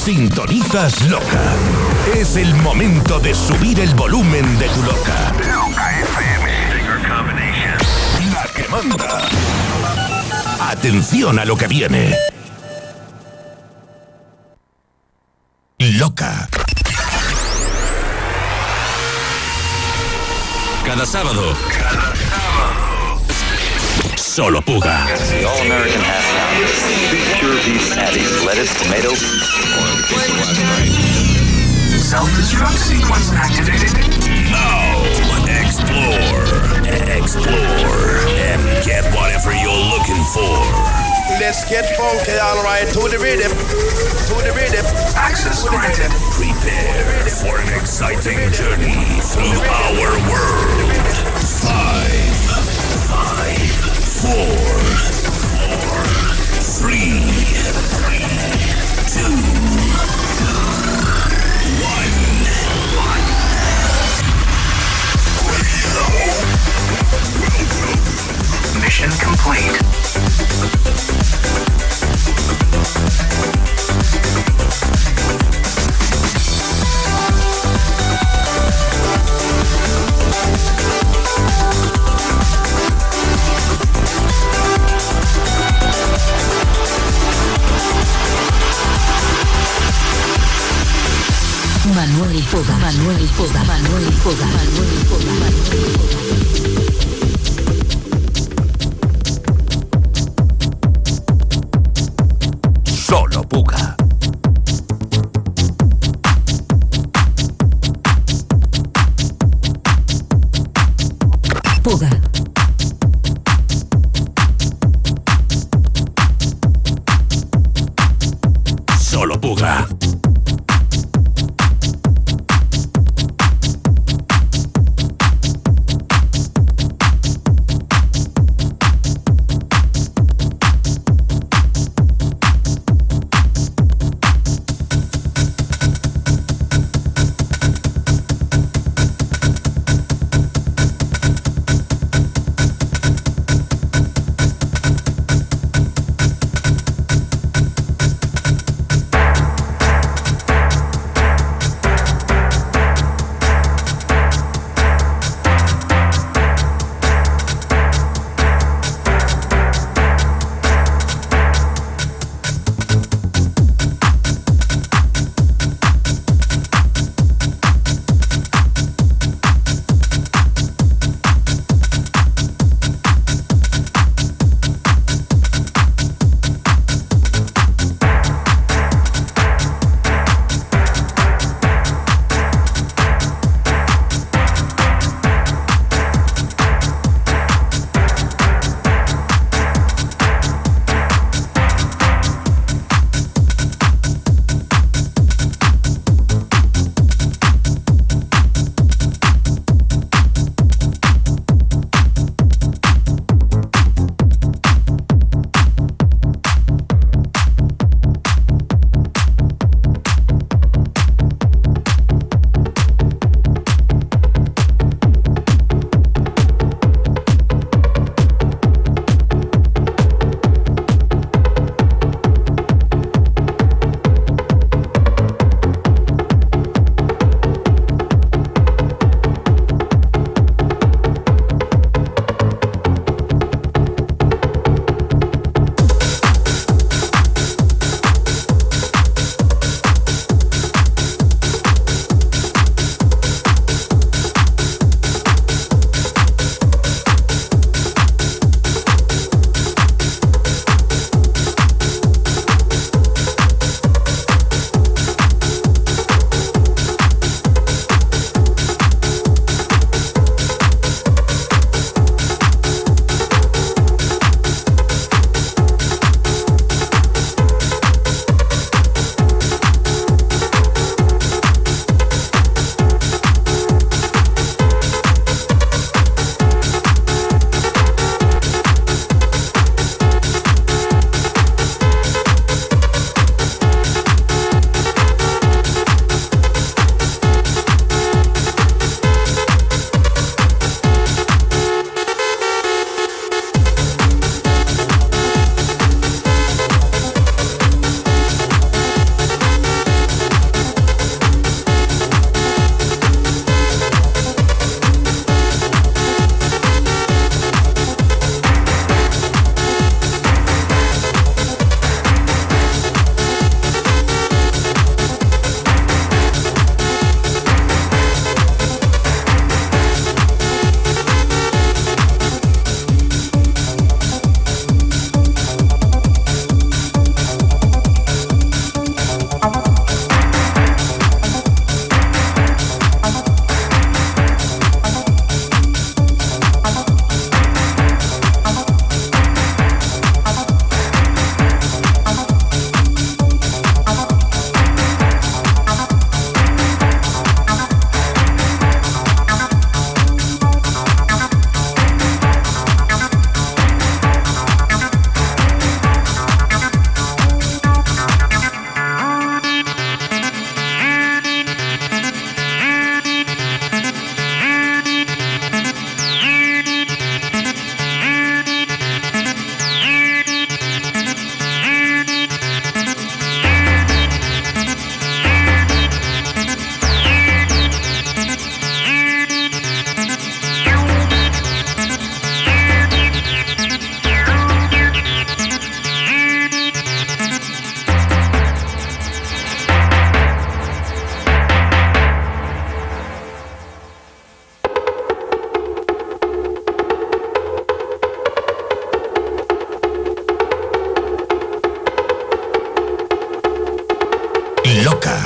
Sintonizas Loca. Es el momento de subir el volumen de tu Loca. Loca FM. La que manda. Atención a lo que viene. Loca. Cada sábado. Solo Puga. The all-American half pounder. Pure beef patties, lettuce, tomato. Self-destruct sequence activated. Now, explore, and get whatever you're looking for. Let's get funky, all right, to the rhythm. Access granted. Prepare for an exciting journey through our world. 5, 4, 3, 2, 1. Mission complete. Manuel Puga. Solo Puga. Puga. Solo Puga. Loca.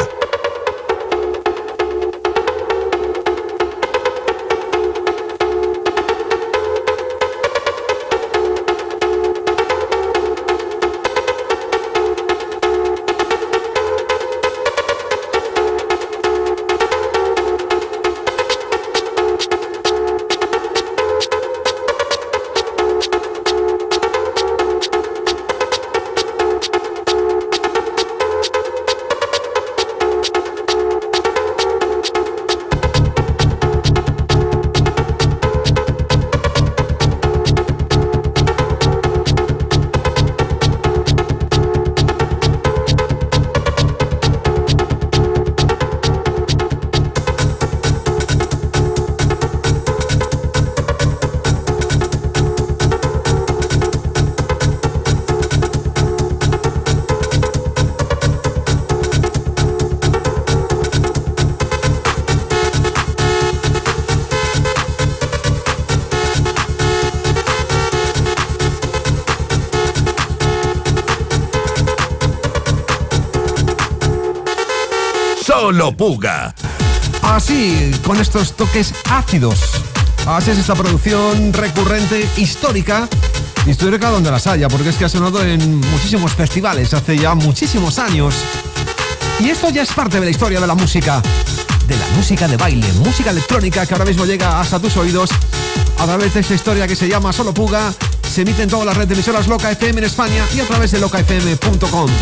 Solo Puga. Así, con estos toques ácidos. Así es esta producción recurrente, histórica donde las haya, porque es que ha sonado en muchísimos festivales hace ya muchísimos años. Y esto ya es parte de la historia de la música de baile, música electrónica que ahora mismo llega hasta tus oídos a través de esta historia que se llama Solo Puga. Se emite en todas las redes de emisoras Loca FM en España y a través de locafm.com.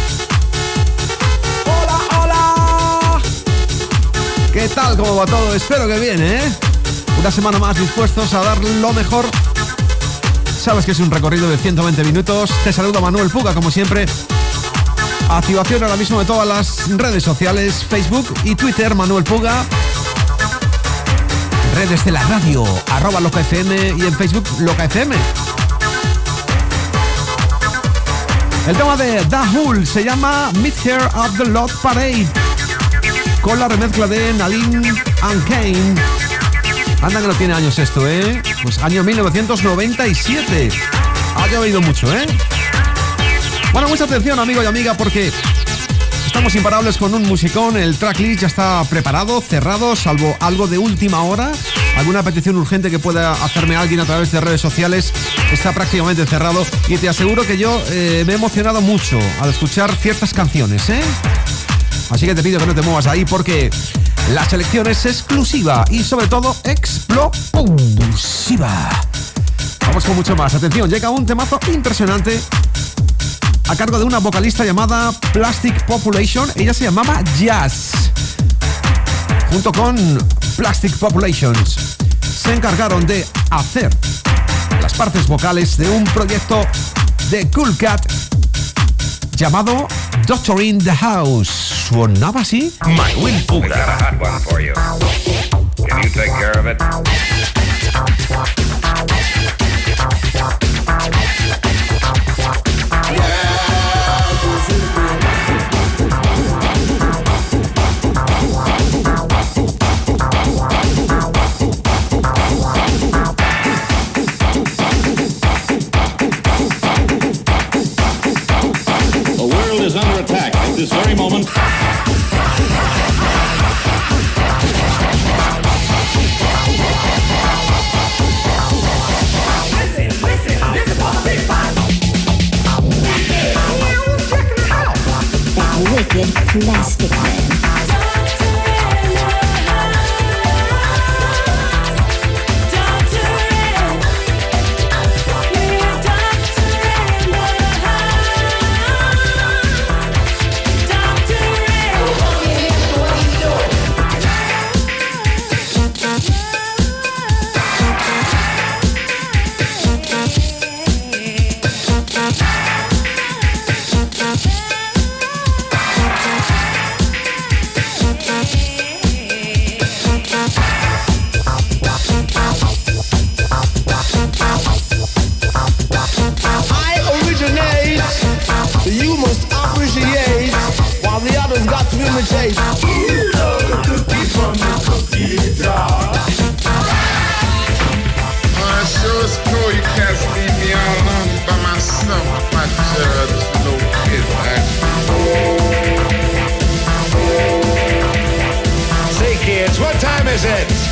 ¿Qué tal? ¿Cómo va todo? Espero que bien, ¿eh? Una semana más dispuestos a dar lo mejor. Sabes que es un recorrido de 120 minutos. Te saluda Manuel Puga, como siempre. Activación ahora mismo de todas las redes sociales, Facebook y Twitter, Manuel Puga. Redes de la radio, @LocaFM y en Facebook, LocaFM. El tema de The Hull se llama Meet Her at the Lot Parade, con la remezcla de Naline and Kane. Anda que no tiene años esto, ¿eh? Pues año 1997. Ha llovido mucho, ¿eh? Bueno, mucha atención, amigo y amiga, porque estamos imparables con un musicón. El tracklist ya está preparado, cerrado, salvo algo de última hora. Alguna petición urgente que pueda hacerme alguien a través de redes sociales. Está prácticamente cerrado. Y te aseguro que yo me he emocionado mucho al escuchar ciertas canciones, ¿eh? Así que te pido que no te muevas ahí porque la selección es exclusiva y sobre todo explosiva. Vamos con mucho más. Atención, llega un temazo impresionante a cargo de una vocalista llamada Plastic Population. Ella se llamaba Jazz. Junto con Plastic Populations se encargaron de hacer las partes vocales de un proyecto de Cool Cat llamado Doctor in the House. ¿Sonaba así? Manuel Puga. I got a hot one for you. Can you take care of it? The world is under attack at this very moment. Wicked Plastic Man.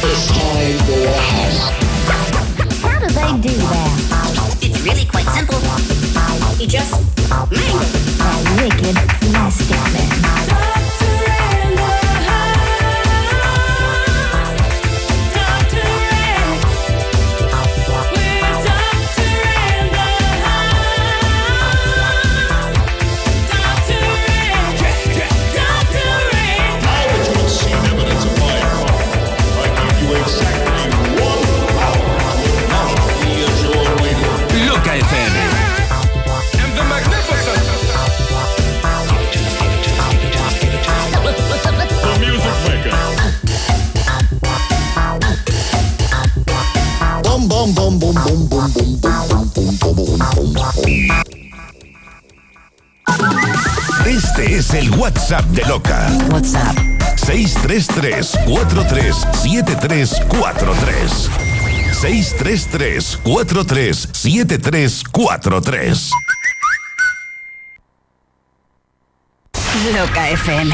How do they do that? It's really quite simple. You just mangle That wicked plastic man. Loca FM. And the magnificent. The Music Maker. Bom, bom, bom, bom, bom, bom, bom, bom, bom, bom, bom, bom. Este es el WhatsApp de Loca. WhatsApp 633-437343. 633-437343. Loca FM.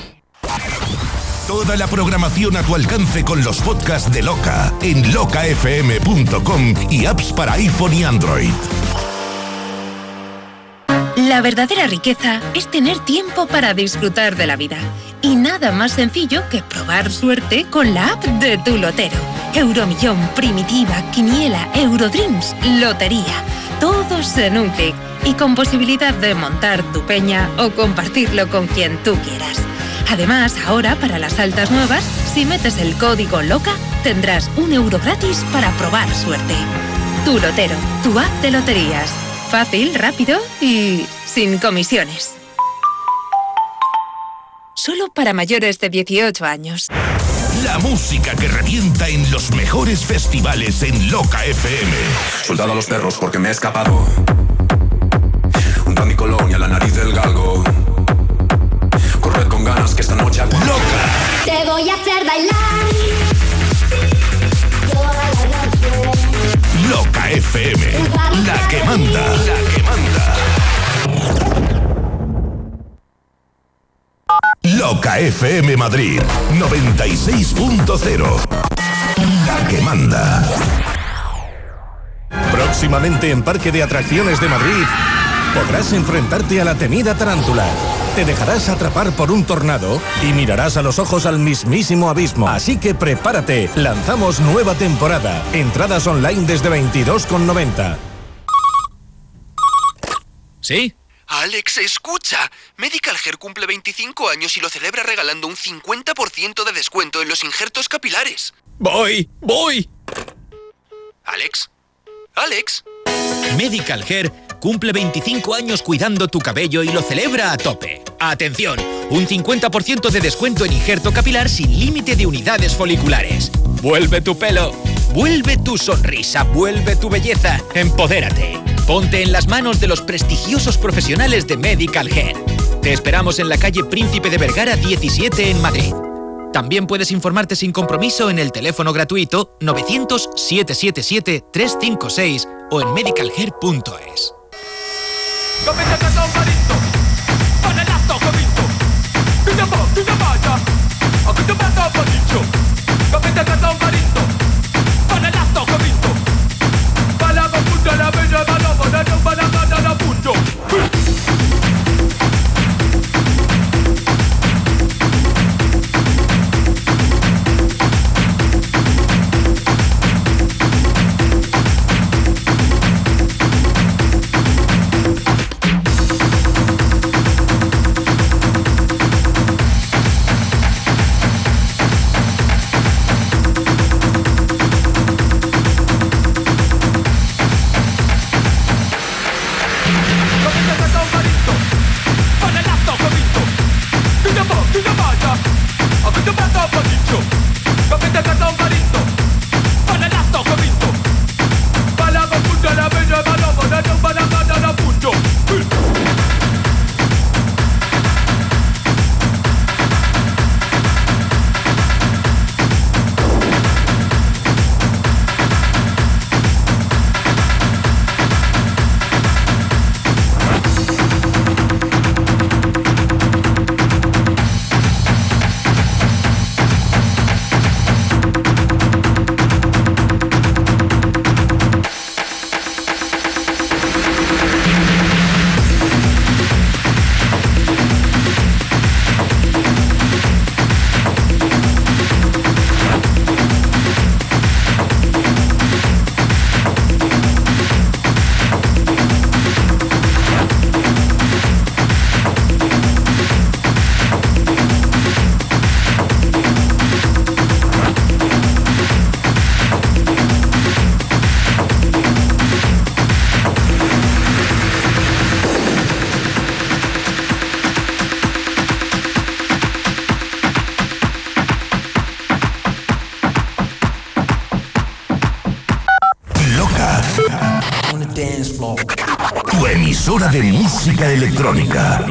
Toda la programación a tu alcance con los podcasts de Loca en locafm.com y apps para iPhone y Android. La verdadera riqueza es tener tiempo para disfrutar de la vida. Y nada más sencillo que probar suerte con la app de Tu Lotero. Euromillón, Primitiva, Quiniela, Eurodreams, Lotería. Todos en un clic y con posibilidad de montar tu peña o compartirlo con quien tú quieras. Además, ahora para las altas nuevas, si metes el código LOCA, tendrás €1 gratis para probar suerte. Tu Lotero, tu app de loterías. Fácil, rápido y sin comisiones. Solo para mayores de 18 años. La música que revienta en los mejores festivales en Loca FM. Soldado a los perros porque me he escapado. Un Dandy Colonia, la nariz del galgo. Corred con ganas que esta noche aguanto. ¡Loca! Te voy a hacer bailar. Loca FM. La que manda. La que manda. Loca FM Madrid 96.0. La que manda. Próximamente en Parque de Atracciones de Madrid podrás enfrentarte a la temida tarántula. Te dejarás atrapar por un tornado y mirarás a los ojos al mismísimo abismo. Así que prepárate, lanzamos nueva temporada. Entradas online desde 22,90. ¿Sí? Alex, escucha. Medical Hair cumple 25 años y lo celebra regalando un 50% de descuento en los injertos capilares. ¡Voy! ¿Alex? ¿Alex? Medical Hair cumple 25 años cuidando tu cabello y lo celebra a tope. ¡Atención! Un 50% de descuento en injerto capilar sin límite de unidades foliculares. ¡Vuelve tu pelo! ¡Vuelve tu sonrisa! ¡Vuelve tu belleza! ¡Empodérate! Ponte en las manos de los prestigiosos profesionales de Medical Hair. Te esperamos en la calle Príncipe de Vergara 17 en Madrid. También puedes informarte sin compromiso en el teléfono gratuito 900-777-356 o en medicalhair.es. música electrónica.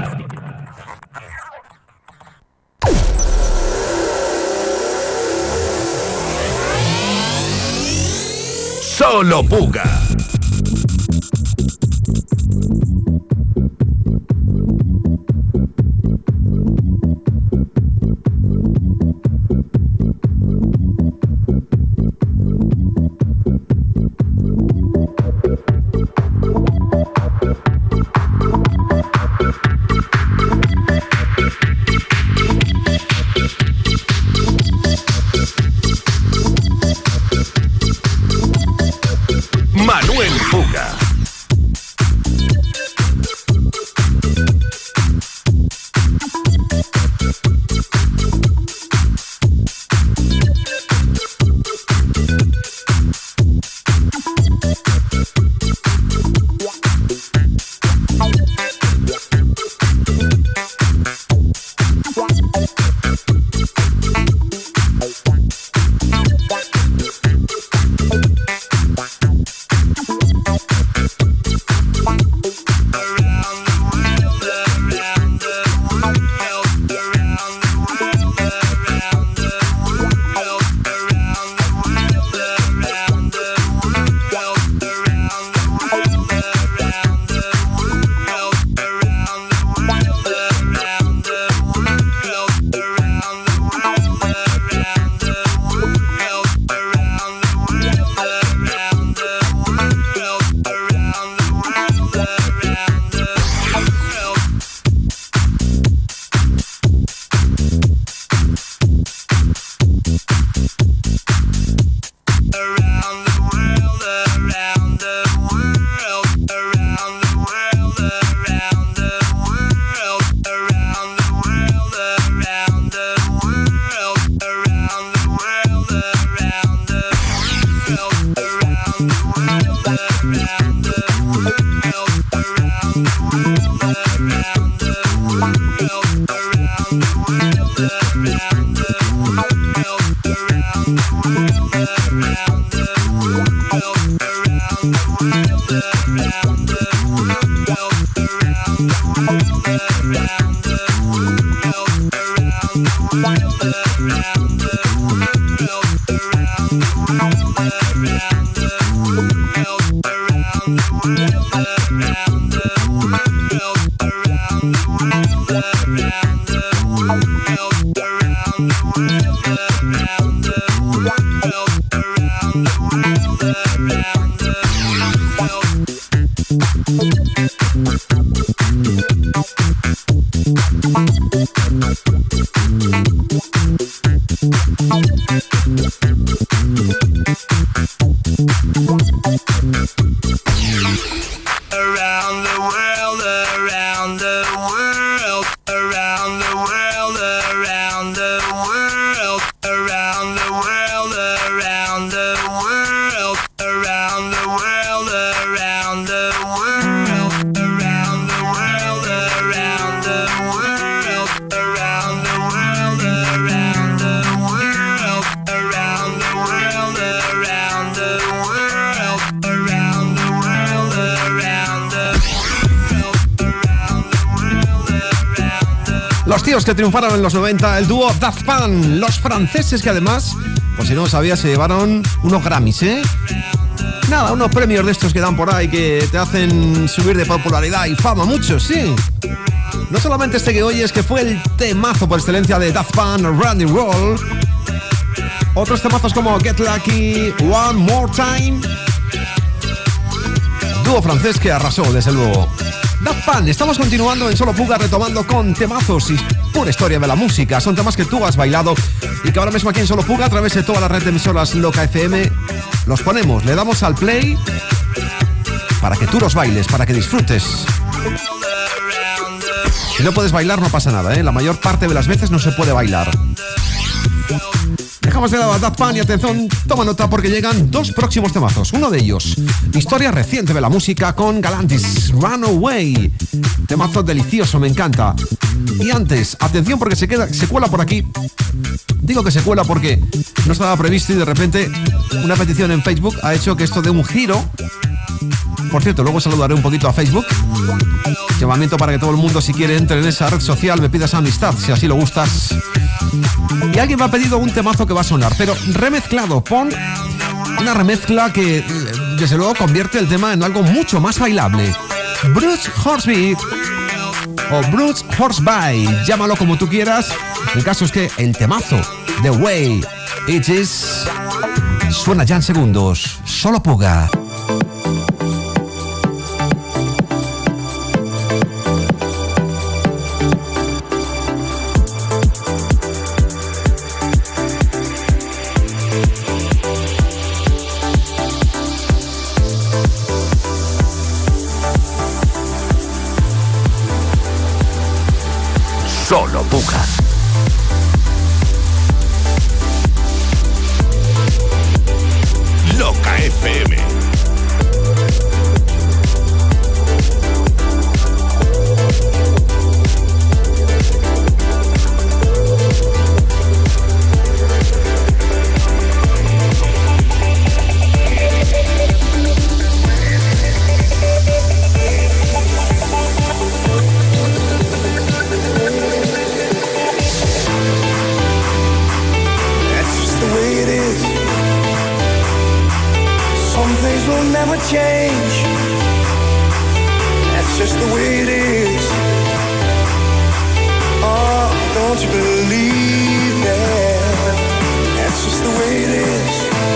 Solo Puga. Manuel Puga. Los tíos que triunfaron en los 90, el dúo Daft Punk, los franceses que además, por si no lo sabías, se llevaron unos Grammys, ¿eh? Nada, unos premios de estos que dan por ahí que te hacen subir de popularidad y fama, muchos, sí. No solamente este que oyes, que fue el temazo por excelencia de Daft Punk, Randy Roll. Otros temazos como Get Lucky, One More Time. Dúo francés que arrasó, desde luego. Daft Punk, estamos continuando en Solo Puga, retomando con temazos y pura historia de la música. Son temas que tú has bailado y que ahora mismo aquí en Solo Puga, a través de toda la red de emisoras Loca FM, los ponemos, le damos al play para que tú los bailes, para que disfrutes. Si no puedes bailar, no pasa nada, ¿eh? La mayor parte de las veces no se puede bailar. Dejamos de lado a Daft Punk y atención, toma nota porque llegan dos próximos temazos. Uno de ellos, historia reciente de la música con Galantis, Runaway. Temazo delicioso, me encanta. Y antes, atención porque se cuela por aquí. Digo que se cuela porque no estaba previsto y de repente una petición en Facebook ha hecho que esto dé un giro. Por cierto, luego saludaré un poquito a Facebook. Llamamiento para que todo el mundo, si quiere, entre en esa red social, me pidas amistad, si así lo gustas. Y alguien me ha pedido un temazo que va a sonar, pero remezclado. Pon una remezcla que, desde luego, convierte el tema en algo mucho más bailable. Bruce Horsby o Bruce Horsby, llámalo como tú quieras. El caso es que el temazo, The Way It Is, suena ya en segundos. Solo Puga. Solo Puga. Loca FM. Change. That's just the way it is. Oh, don't you believe that? That's just the way it is.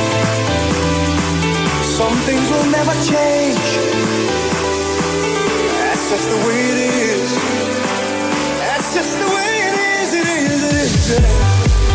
Some things will never change. That's just the way it is. That's just the way it is. It is. It is.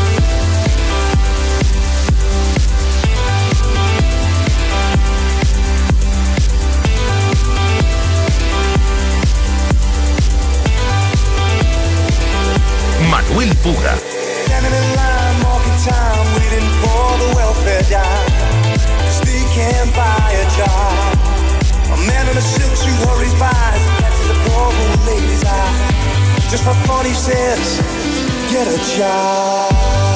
Manuel Puga. Standing in line, marking time, waiting for the welfare dime. Cause they can't buy a job. A man in a silk suit hurries by as he catches a poor old lady's eye. Just for fun he says, get a job.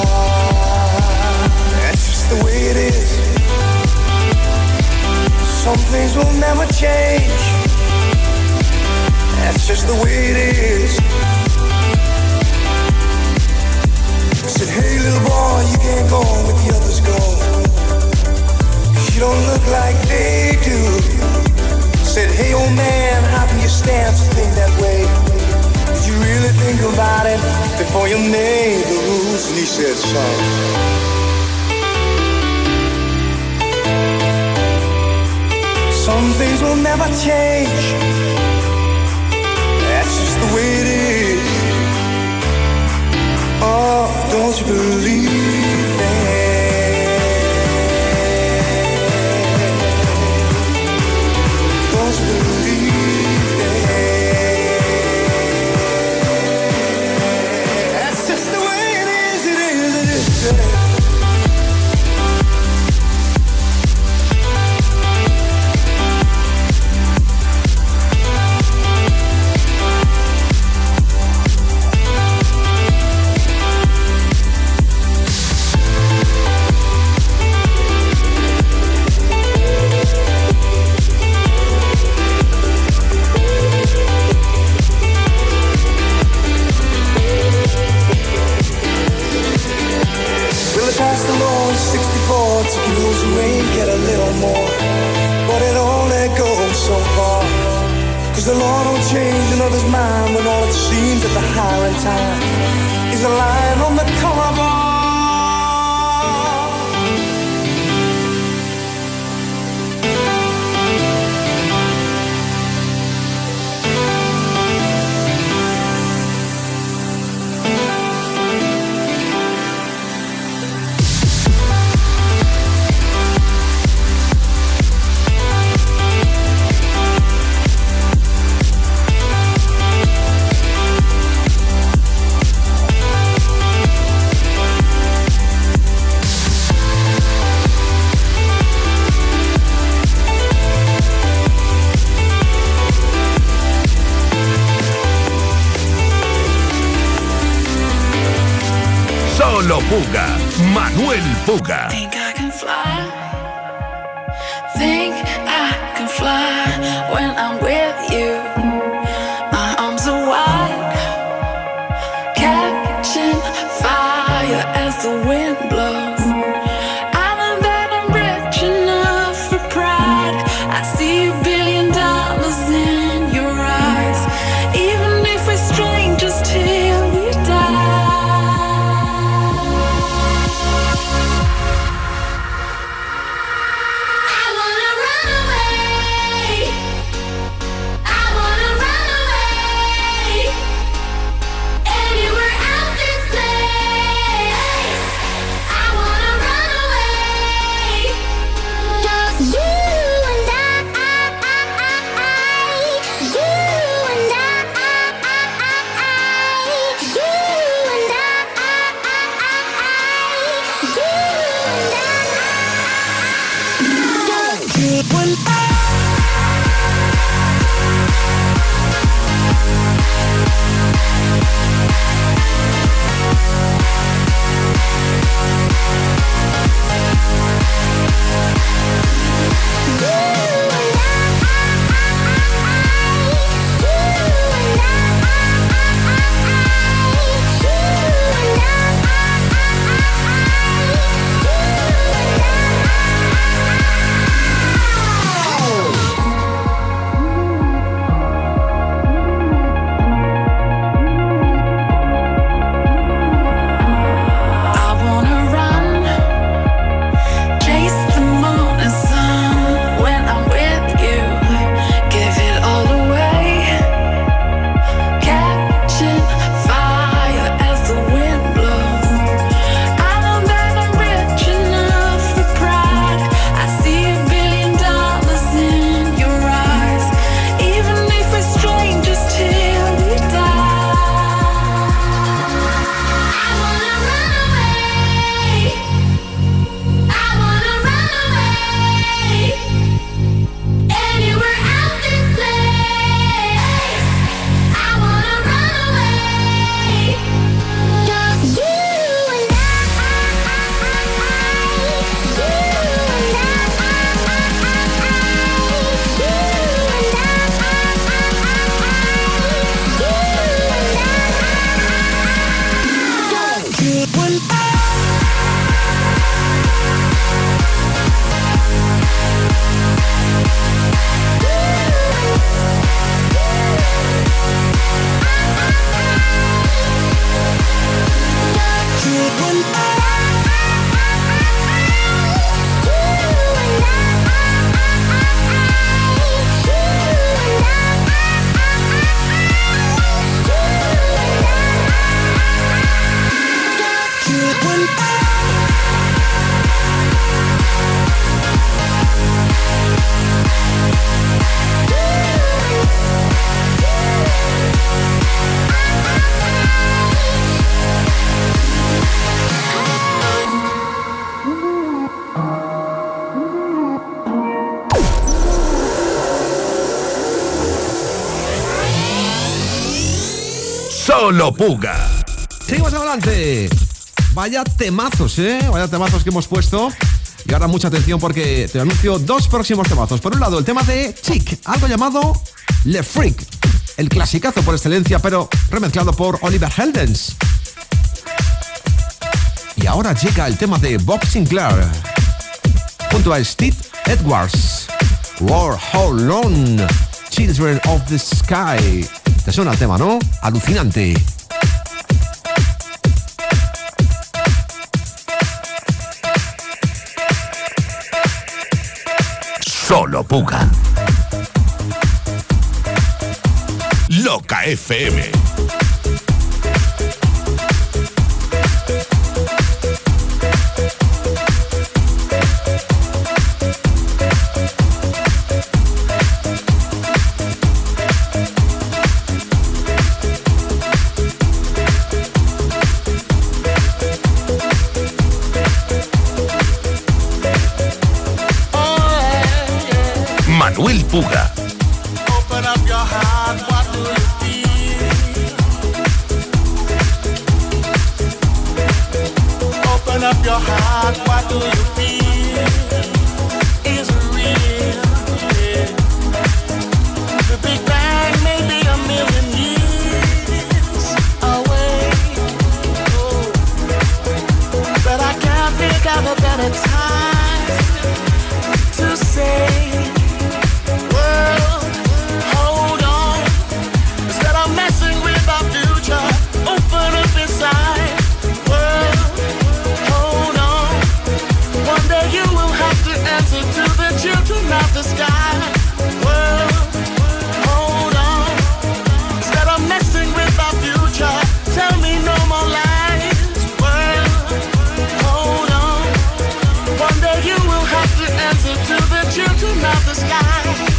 That's just the way it is. Some things will never change. That's just the way it is. Said, hey little boy, you can't go with the others go. Cause you don't look like they do. Said, hey old man, how can you stand to think that way? Did you really think about it before you made the rules? And he said, son, some things will never change. That's just the way it is. Oh, don't you believe that? Don't you believe that? That's just the way it is, it is, it is, it is. Cause the law don't change another's mind when all it seems at the hiring time is a line on the collarbone. Solo Puga, Manuel Puga. Think I can fly. Think I can fly when I'm with you. My arms are wide, catching fire as the wind blows. I know that I'm rich enough for pride. I see $1 billion in your eyes, even if we're strangers till we die. Solo Puga. Seguimos adelante. Vaya temazos, vaya temazos que hemos puesto. Y ahora mucha atención porque te anuncio dos próximos temazos. Por un lado, el tema de Chic, algo llamado Le Freak, el clasicazo por excelencia, pero remezclado por Oliver Heldens. Y ahora llega el tema de Bob Sinclair junto a Steve Edwards, War Hold On, Children of the Sky. ¿Te suena el tema, no? Alucinante. Solo Puga. Loca FM. Manuel Puga. Open up your heart, what do you feel? up your heart, what do you feel? Is it real? Yeah. The Big Bang may be a million years away, oh. But I can't think of a better time to say, world, hold on. Instead of messing with our future, open up inside. World, hold on. One day you will have to answer to the children of the sky. World, hold on. Instead of messing with our future, tell me no more lies. World, hold on. One day you will have to answer to the children of the sky.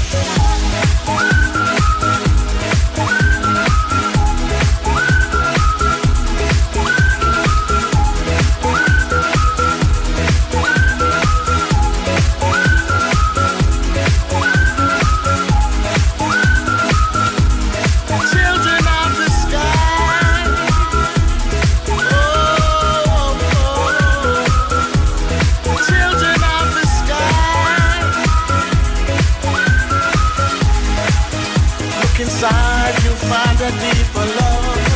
Inside you find a deeper love,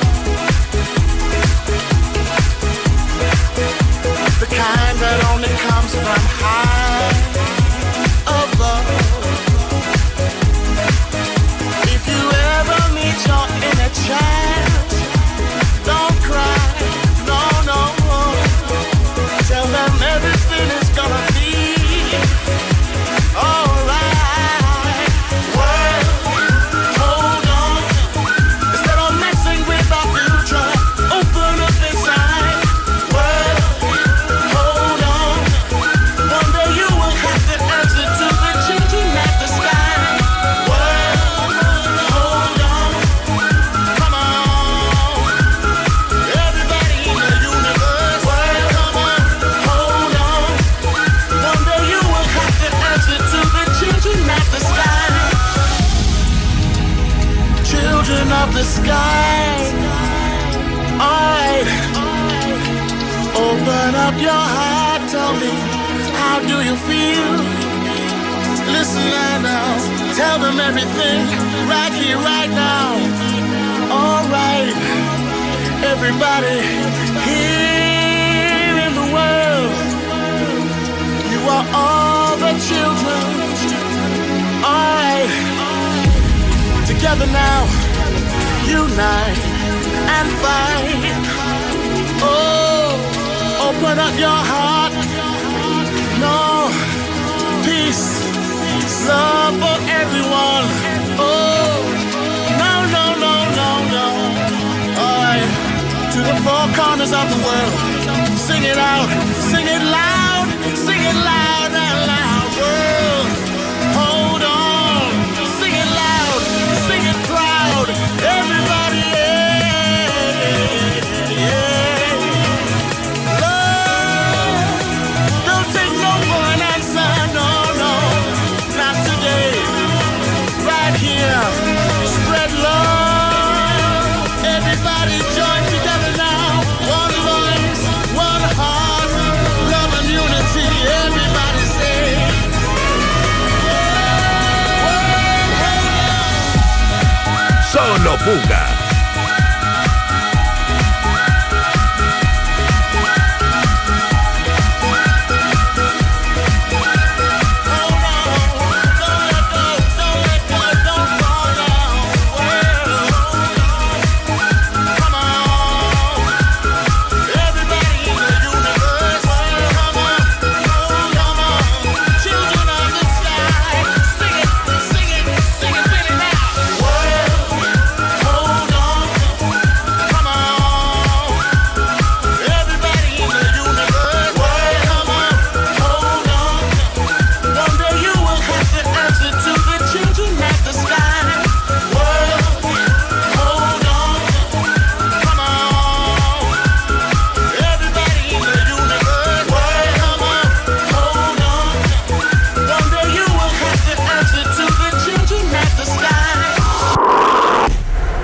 the kind that only comes from high above. If you ever meet your inner child, don't cry, no, no. Tell them everything is gonna be alright. Of the sky, alright. Open up your heart, tell me, how do you feel? Listen now, tell them everything, right here, right now. Alright, everybody here in the world, you are all the children. Alright, together now. Unite and fight. Oh, open up your heart. No, peace, love for everyone. Oh, no, no, no, no, no. Alright, to the four corners of the world. Sing it out, sing it loud, sing it loud and loud. World, hold on, sing it loud, sing it proud. Everybody, yeah. Love, don't take no for an answer, no, no, not today. Right here, spread love. Everybody join together now. One voice, one heart, love and unity. Everybody say, Solo Puga.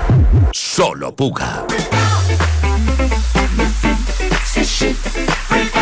Solo Puga. C'est shit.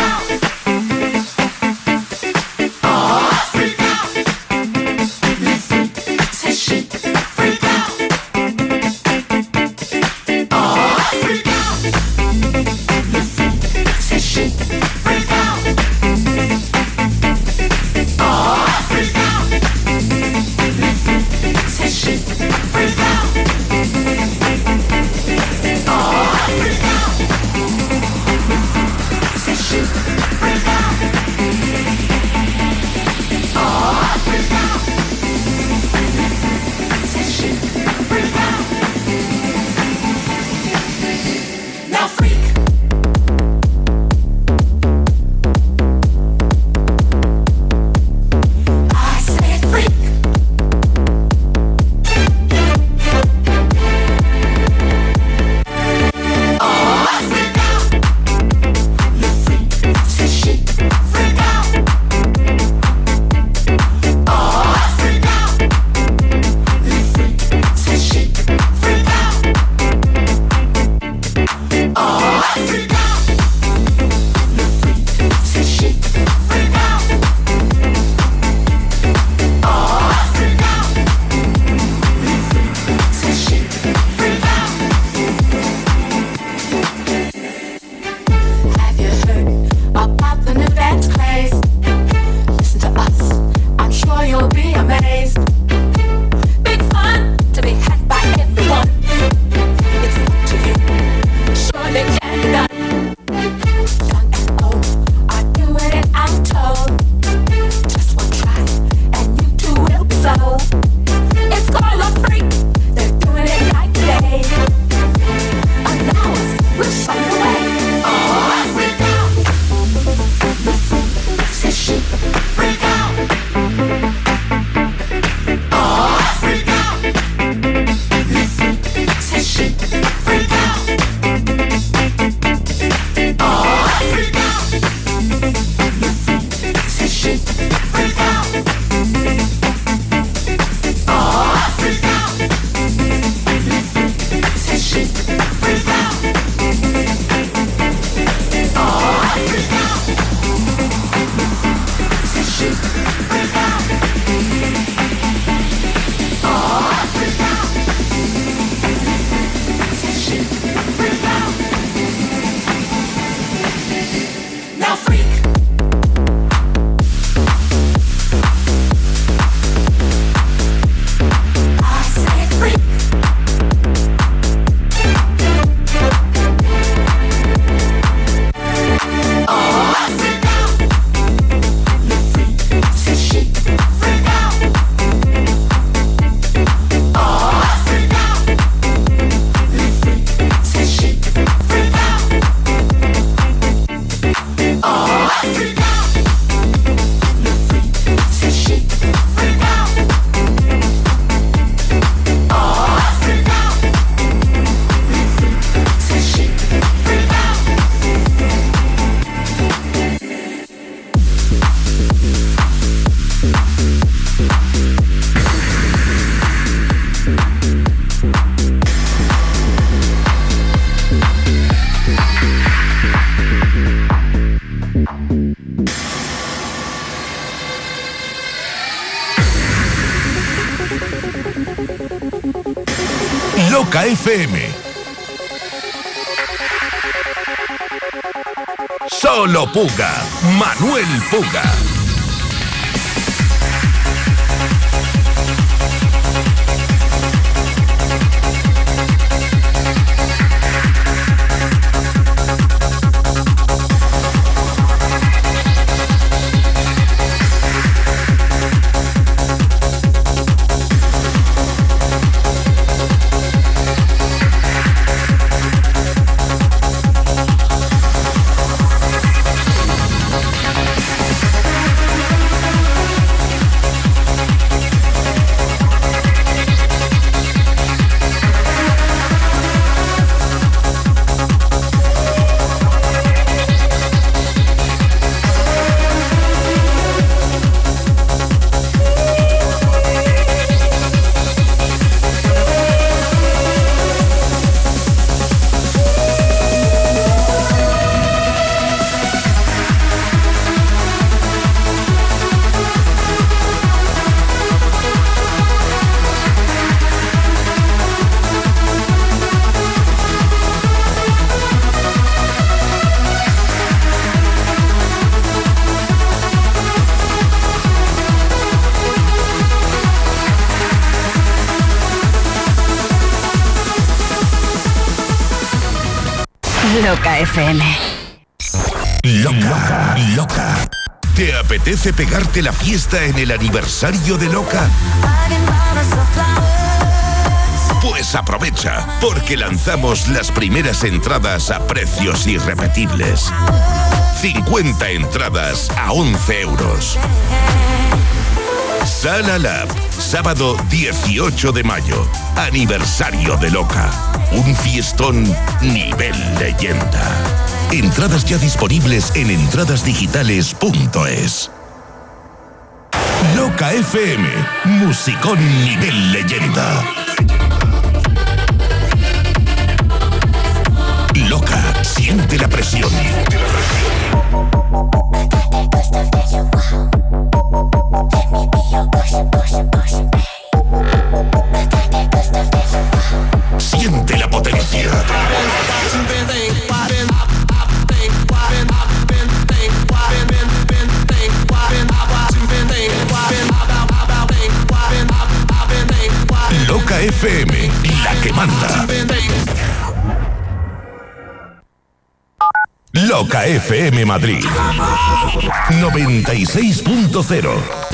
Loca FM. Solo Puga, Manuel Puga. Loca FM. Loca. ¿Te apetece pegarte la fiesta en el aniversario de Loca? Pues aprovecha, porque lanzamos las primeras entradas a precios irrepetibles. 50 entradas a 11 euros. Sala Lab, sábado 18 de mayo, aniversario de Loca. Un fiestón nivel leyenda. Entradas ya disponibles en entradasdigitales.es. Loca FM, musicón nivel leyenda. Loca, siente la presión. Siente la potencia. Loca FM, la que manda. Loca FM Madrid 96.0.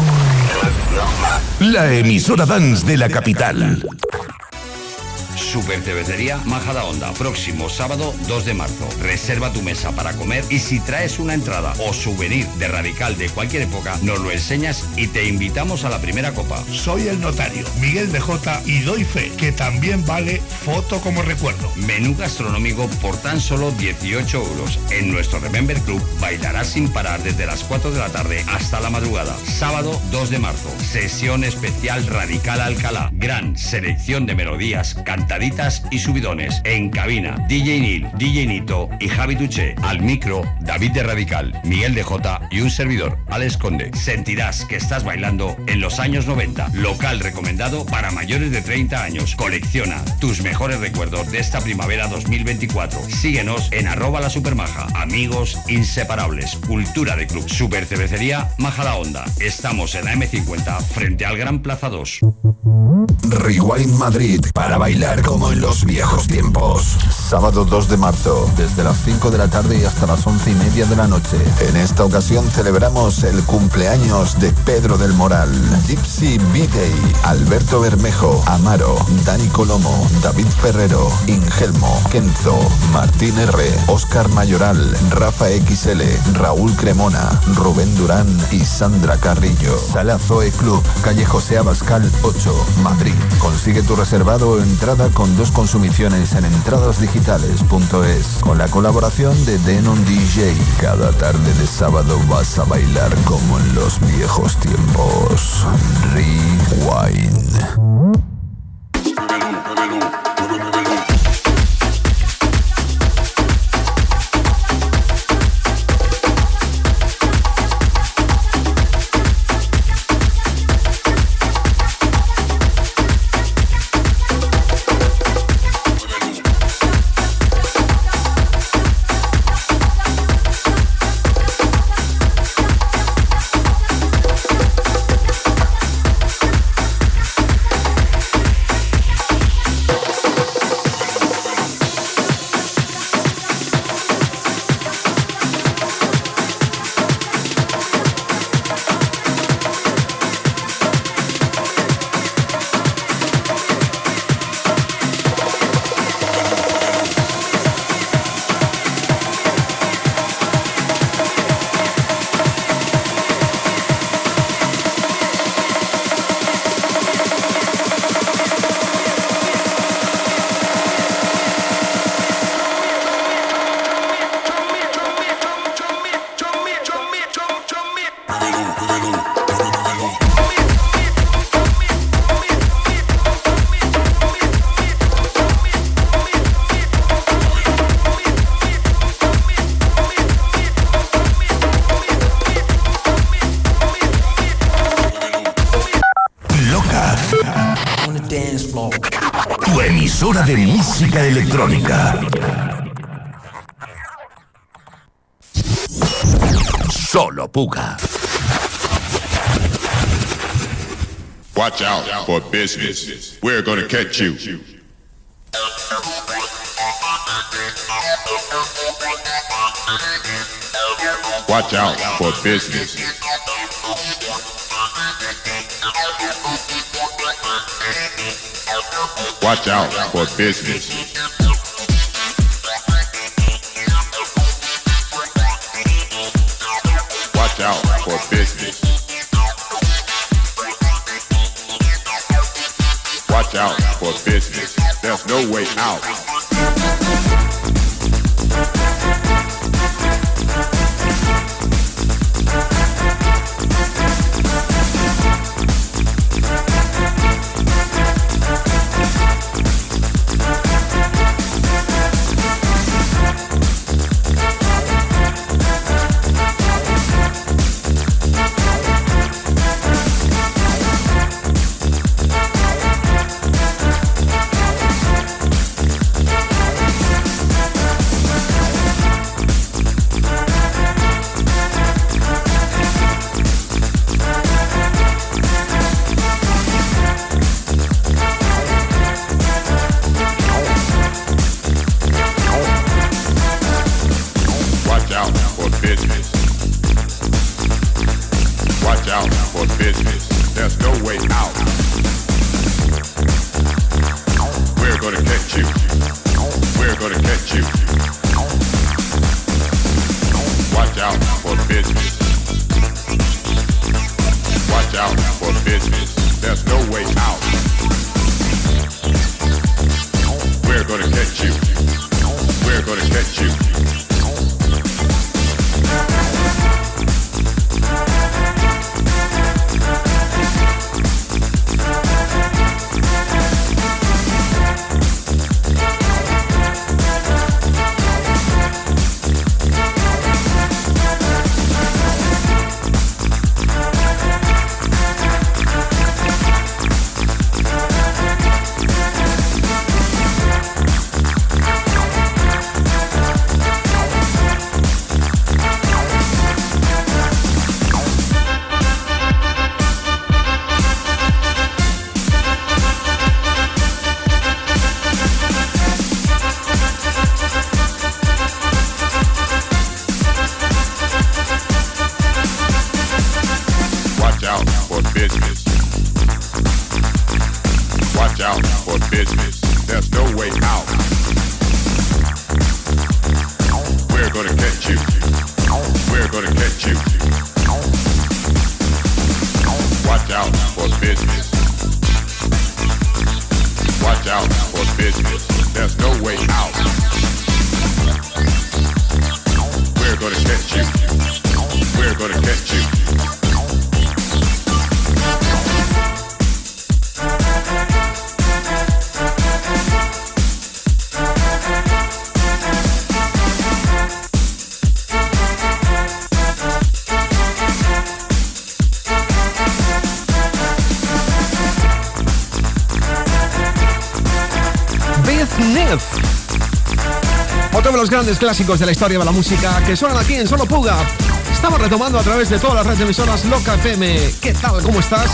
La emisora dance de la capital. Super Cervecería Majadahonda, próximo sábado 2 de marzo. Reserva tu mesa para comer y si traes una entrada o souvenir de Radical de cualquier época, nos lo enseñas y te invitamos a la primera copa. Soy el notario, Miguel de Jota, y doy fe que también vale foto como recuerdo. Menú gastronómico por tan solo 18 euros. En nuestro Remember Club bailarás sin parar desde las 4 de la tarde hasta la madrugada. Sábado 2 de marzo, sesión especial Radical Alcalá. Gran selección de melodías, cantaditas y subidones. En cabina, DJ Nil, DJ Nito y Javi Tuché. Al micro, David de Radical, Miguel de Jota y un servidor, Alex Conde. Sentirás que estás bailando en los años 90. Local recomendado para mayores de 30 años. Colecciona tus mejores recuerdos de esta primavera 2024. Síguenos en @lasupermaja. Amigos inseparables. Cultura de club. Super Cervecería Majadahonda. Estamos en la M50 frente al Gran Plaza 2. Rewind Madrid, para bailar como en los viejos tiempos. Sábado 2 de marzo, desde las 5 de la tarde y hasta las 11:30 de la noche. En esta ocasión celebramos el cumpleaños de Pedro del Moral, Gypsy B-Day, Alberto Bermejo, Amaro, Dani Colomo, David Ferrero, Ingelmo, Kenzo, Martín R, Óscar Mayoral, Rafa XL, Raúl Cremona, Rubén Durán y Sandra Carrillo. Sala Zoe Club, calle José Abascal 8, Madrid. Consigue tu reservado o entrada con 2 consumiciones en entradasdigitales.es. Con la colaboración de Denon DJ. Cada tarde de sábado vas a bailar como en los viejos tiempos. Rewind. hora de música electrónica. Solo Puga. Watch out for business. We're gonna catch you. Watch out for business. Watch out for business. Watch out for business. Watch out for business. There's no way out. Otro de los grandes clásicos de la historia de la música que suenan aquí en Solo Puga. Estamos retomando a través de todas las redes de emisoras Loca FM. ¿Qué tal? ¿Cómo estás?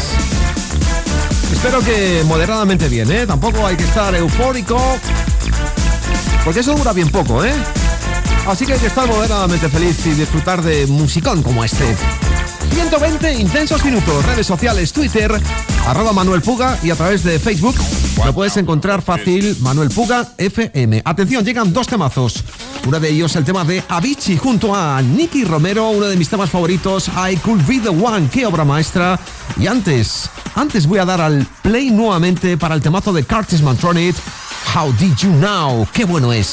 Espero que moderadamente bien, ¿eh? Tampoco hay que estar eufórico, porque eso dura bien poco, ¿eh? Así que hay que estar moderadamente feliz y disfrutar de musicón como este. 120 intensos minutos, redes sociales, Twitter, @ManuelPuga, y a través de Facebook lo puedes encontrar fácil, Manuel Puga FM. Atención, llegan dos temazos. Uno de ellos, el tema de Avicii junto a Nicky Romero, uno de mis temas favoritos, I Could Be The One. ¡Qué obra maestra! Y antes voy a dar al play nuevamente para el temazo de Curtis Mantronic, How Did You Know. ¡Qué bueno es!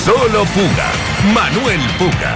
Solo Puga. Manuel Puga.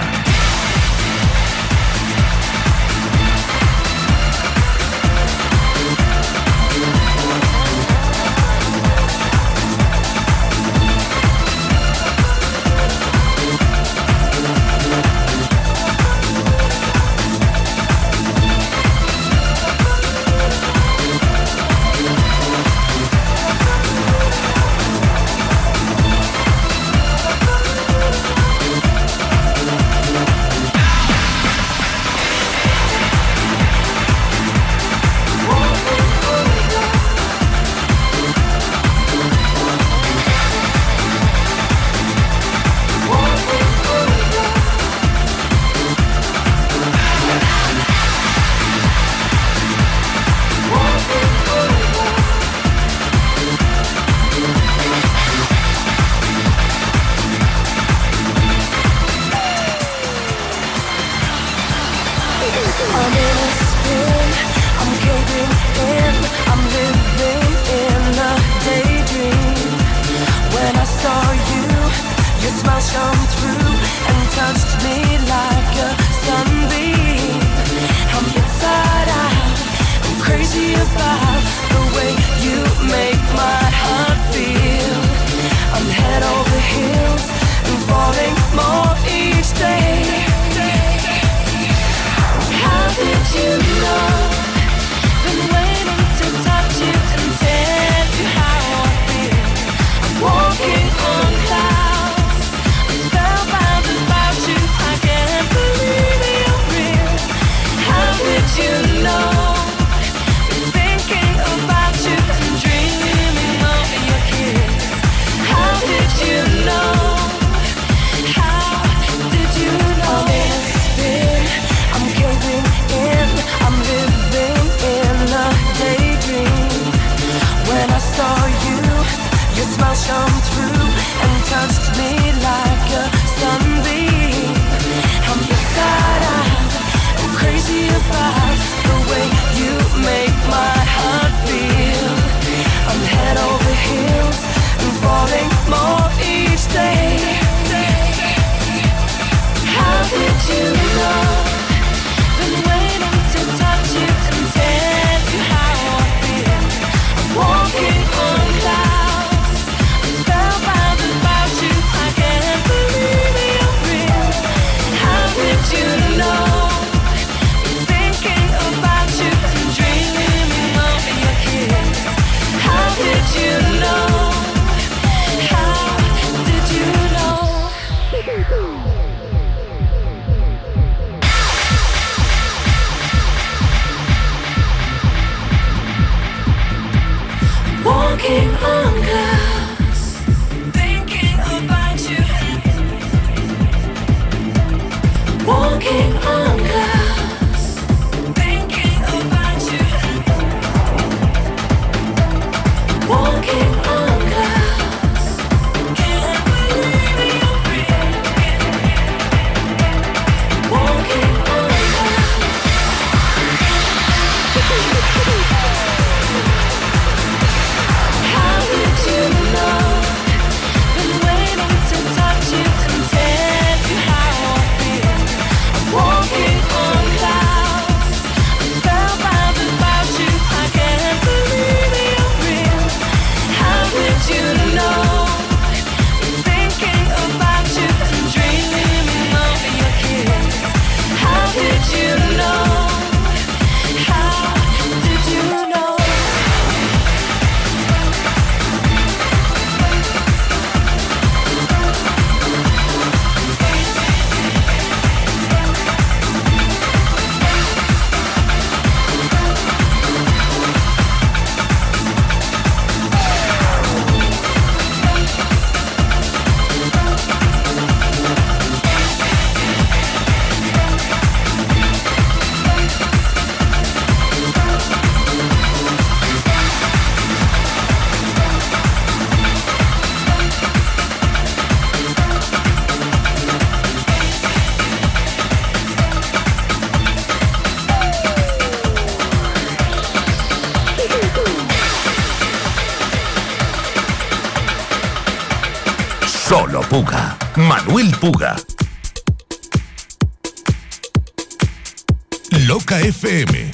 Walking Solo Puga. Manuel Puga. Loca FM.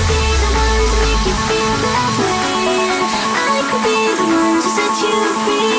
Set you free.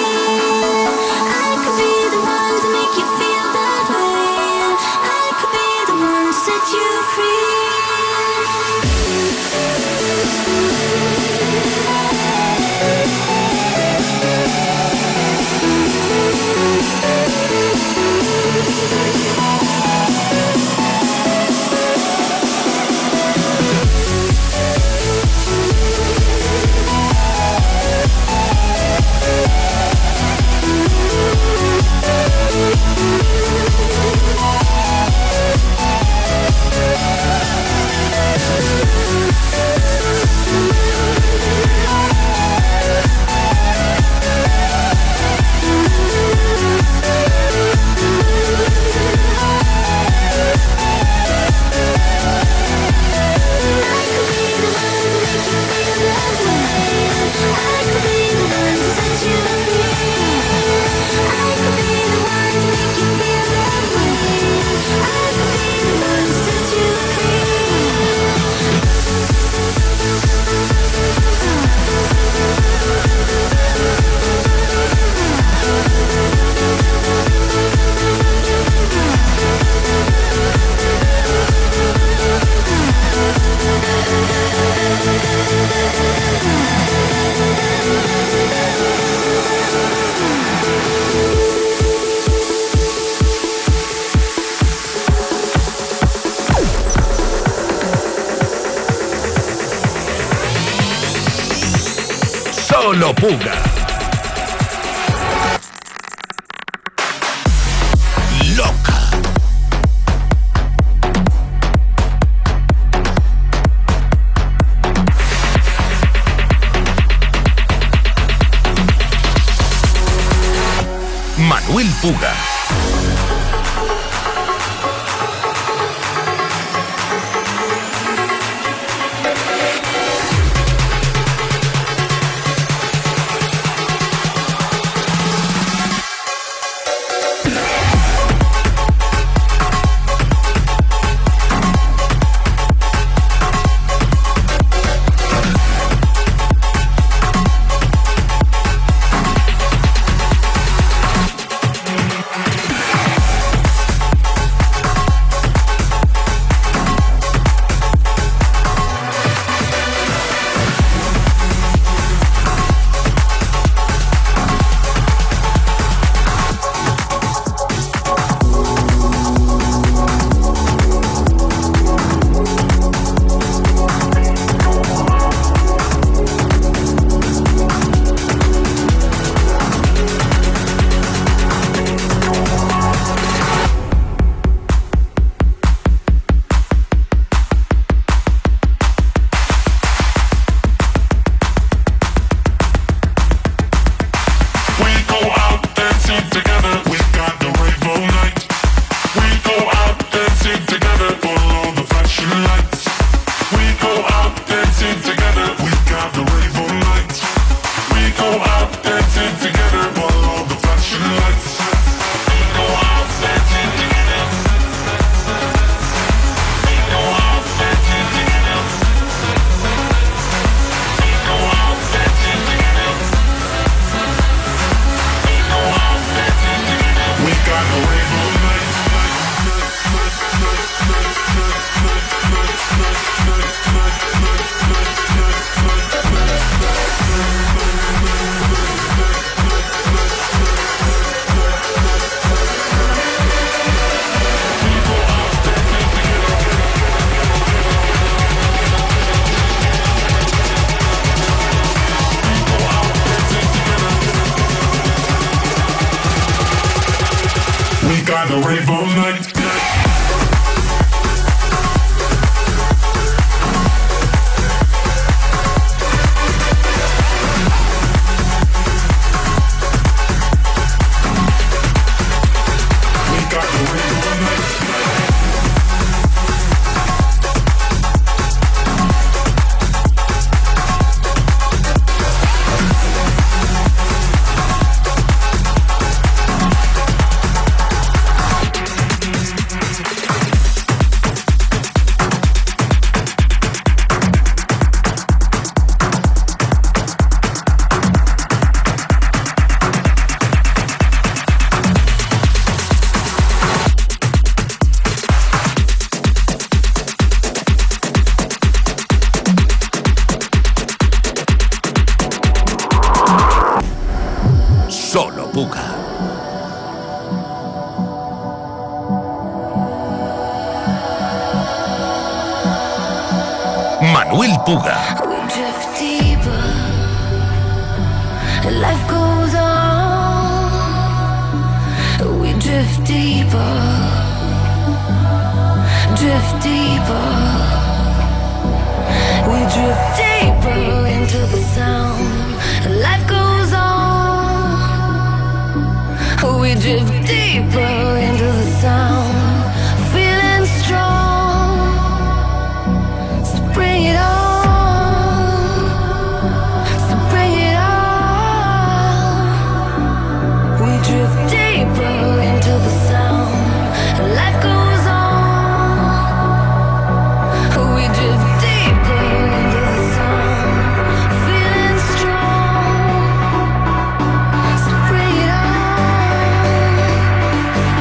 Solo Puga. Loca. Manuel Puga. Solo Puga. Manuel Puga. We drift deeper, life goes on. We drift deeper, drift deeper. We drift deeper into the sound. Life goes on. We drift deeper into the sound. Feeling strong. So bring it on. So bring it on. We drift deeper into the sound. Life goes on. We drift deeper into the sound. Feeling strong. So bring it on.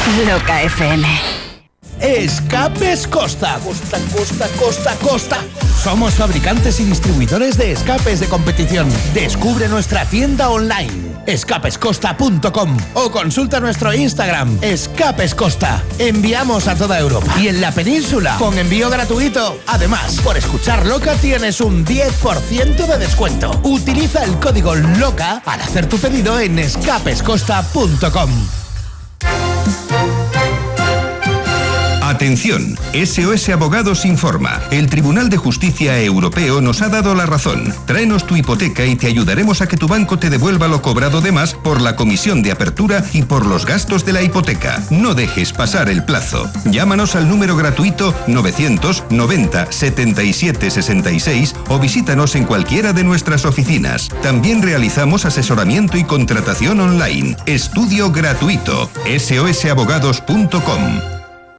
Loca FM. Escapes Costa. Costa. Somos fabricantes y distribuidores de escapes de competición. Descubre nuestra tienda online, escapescosta.com, o consulta nuestro Instagram, Escapes Costa. Enviamos a toda Europa y en la península con envío gratuito. Además, por escuchar Loca tienes un 10% de descuento. Utiliza el código LOCA para hacer tu pedido en escapescosta.com. Atención, SOS Abogados informa. El Tribunal de Justicia Europeo nos ha dado la razón. Tráenos tu hipoteca y te ayudaremos a que tu banco te devuelva lo cobrado de más por la comisión de apertura y por los gastos de la hipoteca. No dejes pasar el plazo. Llámanos al número gratuito 990 77 66 o visítanos en cualquiera de nuestras oficinas. También realizamos asesoramiento y contratación online. Estudio gratuito. sosabogados.com.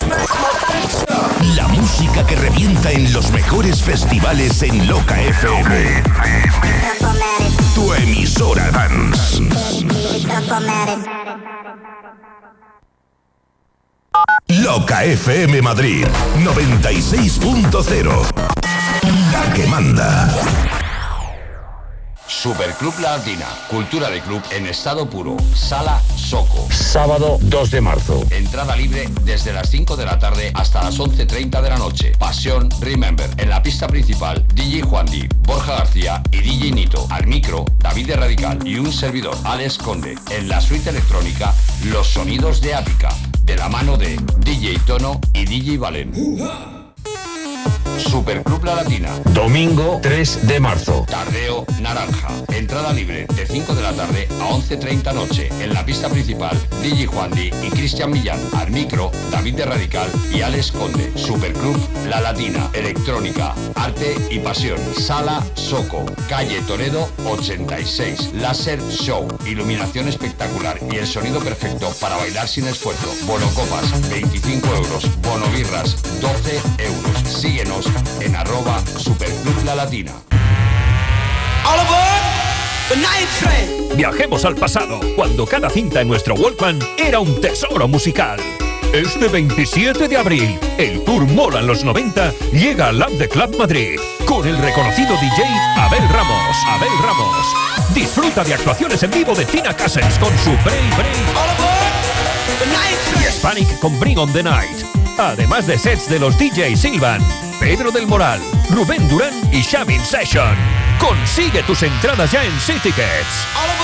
La música que revienta en los mejores festivales en Loca FM. Tu emisora dance. Loca FM Madrid 96.0. La que manda. Superclub La Latina, cultura de club en estado puro. Sala Soco. Sábado 2 de marzo. Entrada libre desde las 5 de la tarde hasta las 11:30 de la noche. Pasión Remember. En la pista principal, DJ Juandi, Borja García y DJ Nito. Al micro, David de Radical y un servidor, Alex Conde. En la suite electrónica, los sonidos de Ática. De la mano de DJ Tono y DJ Valen. Superclub La Latina, domingo 3 de marzo. Tardeo Naranja. Entrada libre de 5 de la tarde a 11:30 noche. En la pista principal, DJ Juandi y Cristian Millán. Al micro, David de Radical y Alex Conde. Superclub La Latina, electrónica, arte y pasión. Sala Soco, calle Toledo 86. Láser Show, iluminación espectacular y el sonido perfecto para bailar sin esfuerzo. Bono copas, 25 euros. Bono birras, 12 euros. Síguenos en @Superclub La Latina. Viajemos al pasado, cuando cada cinta en nuestro Walkman era un tesoro musical. Este 27 de abril, el Tour Mola en los 90 llega al Lab de Club Madrid con el reconocido DJ Abel Ramos. Disfruta de actuaciones en vivo de Tina Cousins con su Break y Hispanic con Bring on the Night. Además de sets de los DJ Silvan, Pedro del Moral, Rubén Durán y Shamin Session. Consigue tus entradas ya en C-Tickets.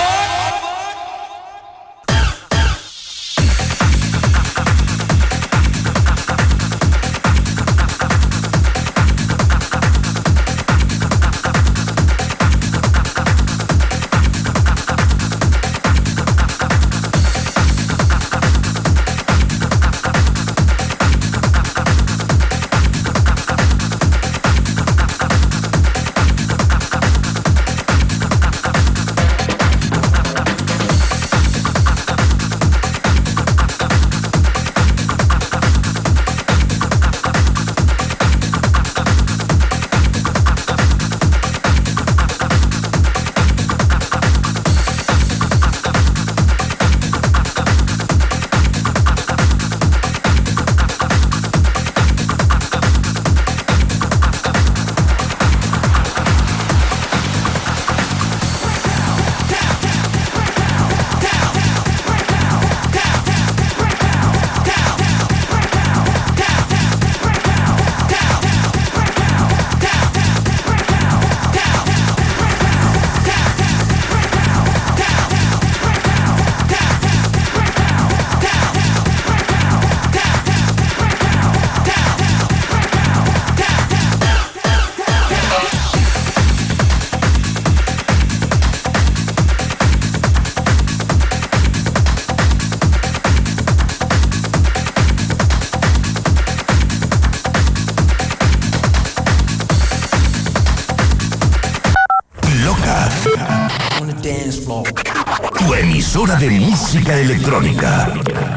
Tu emisora de música electrónica.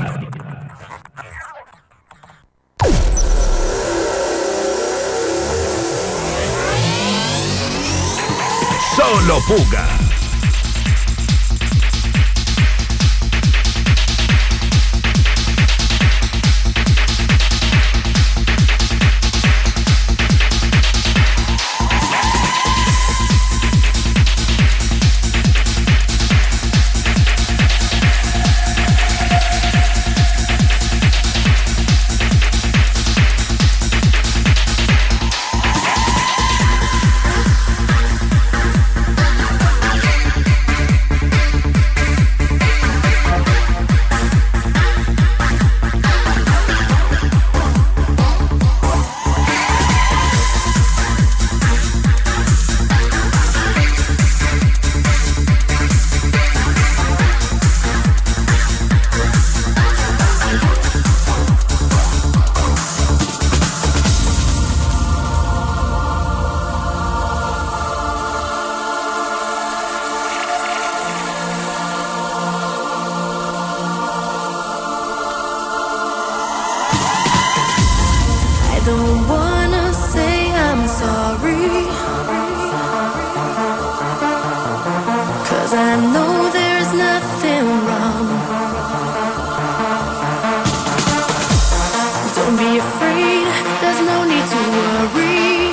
Solo Puga. don't wanna say I'm sorry, 'cause I know there's nothing wrong. Don't be afraid, there's no need to worry,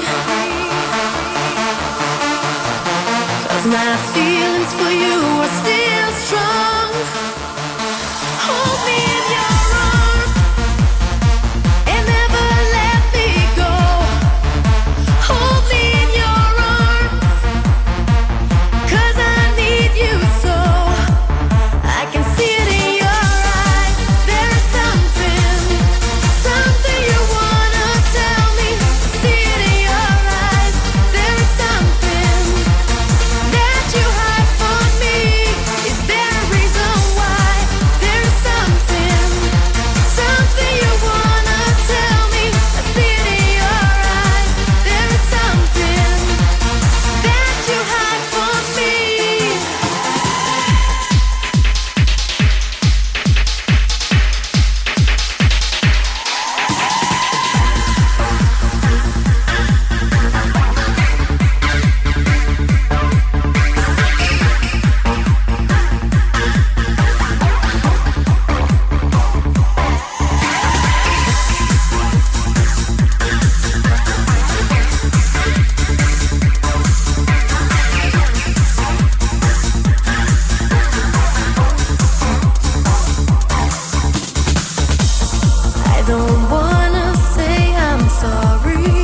'cause my feelings for you are still strong. Hold me in your arms and never let me go. Hold me in your arms, 'cause I need you so. I can see it in your eyes. There is something you wanna tell me. I see it in your eyes. There is something that you hide from me. Is there a reason why? There is something you wanna tell me. I see it in your eyes. There is something that you hide from me. I don't wanna say I'm sorry,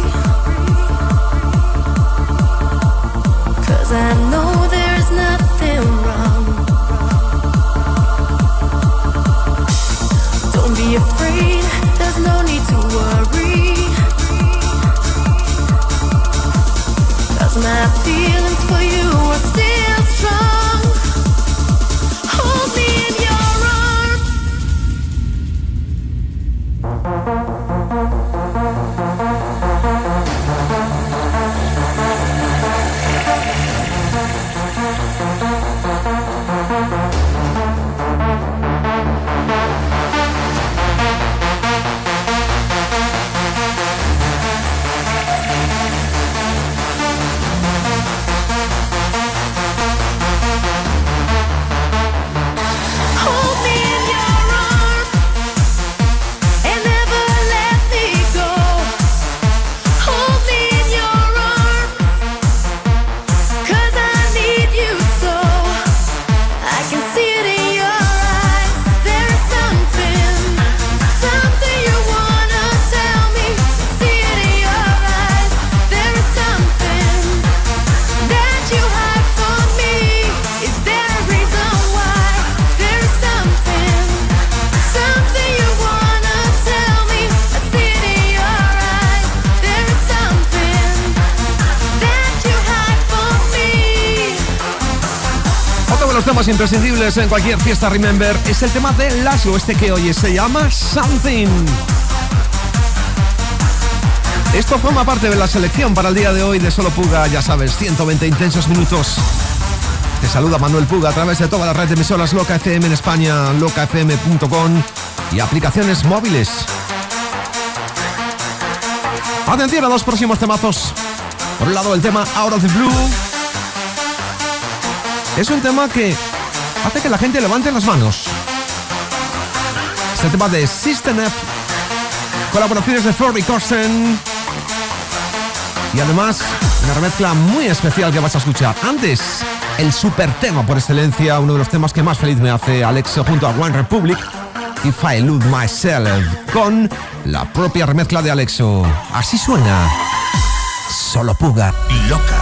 'cause I know there's nothing wrong. Don't be afraid, there's no need to worry, 'cause my feelings for you are still strong. Hold me in your arms. Hold me in your arms and never let me go. Hold me in your arms, 'cause I need you so. I can see it in your eyes. There is something you wanna tell me. See it in your eyes. There is something that you hide from me. Is there a reason why? There is something you wanna tell me. I see it in your eyes. There is something that you hide from me. Otro de los temas imprescindibles en cualquier fiesta Remember es el tema de Laszlo, este que oye, se llama Something. Esto forma parte de la selección para el día de hoy de Solo Puga, ya sabes, 120 intensos minutos. Te saluda Manuel Puga a través de toda la red de emisoras Loca FM en España, locafm.com y aplicaciones móviles. Atención a los próximos temazos. Por un lado, el tema Out of the Blue. Es un tema que hace que la gente levante las manos. Es el tema de System F, colaboraciones de Florby Corsten y además una remezcla muy especial que vas a escuchar. Antes, el super tema por excelencia, uno de los temas que más feliz me hace, Alexo junto a One Republic, If I Lose Myself, con la propia remezcla de Alexo. Así suena Solo Puga. Loca.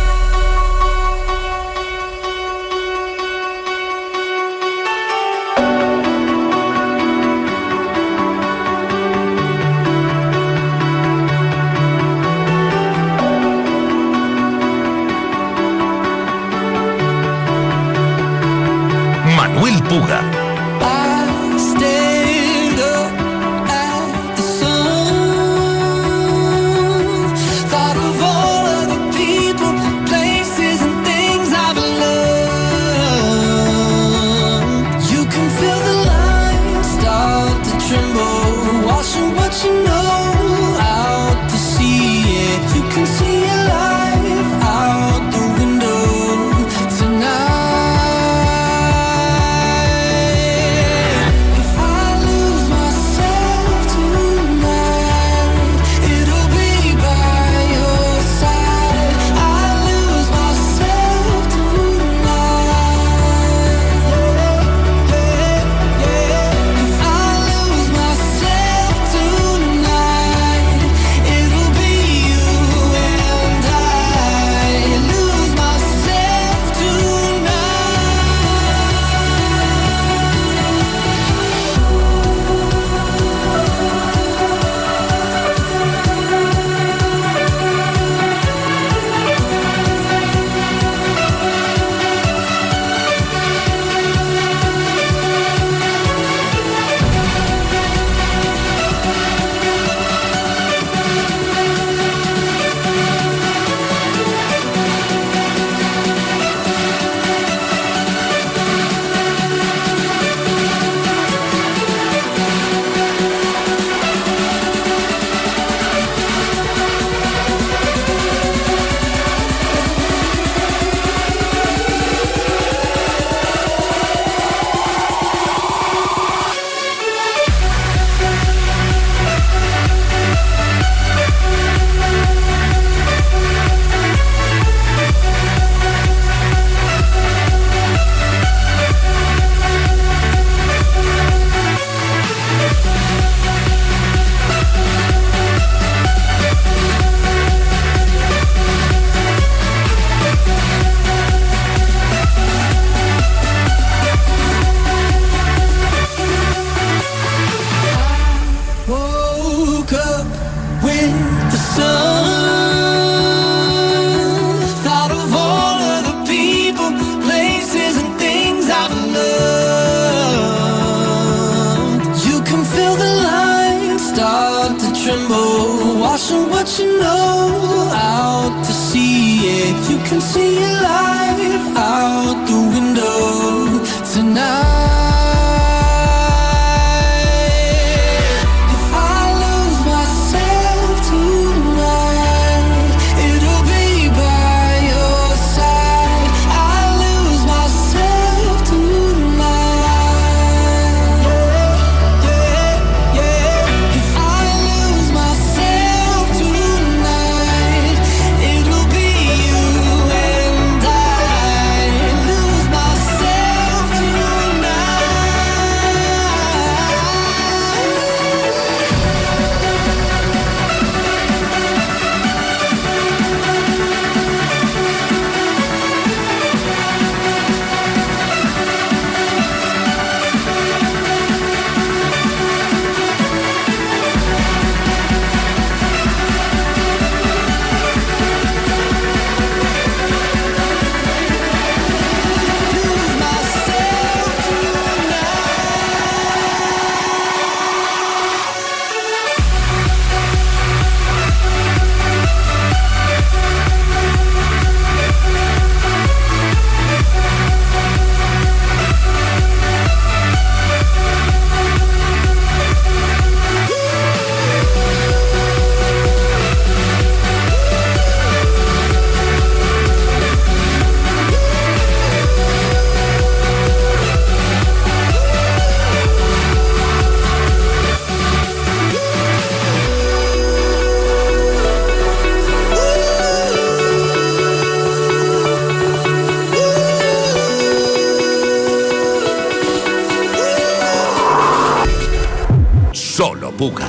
Manuel Puga. Thought of all of the people tremble, washing what you know out to sea. Yeah, you can see your life out the window tonight. Solo Puca.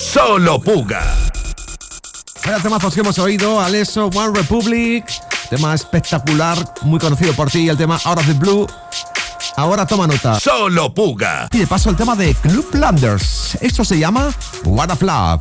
Solo Puga. Vaya temazos que hemos oído, Alesso, One Republic, tema espectacular, muy conocido por ti, el tema Out of the Blue. Ahora toma nota. Solo Puga. Y de paso el tema de Club Landers. Esto se llama What of Love.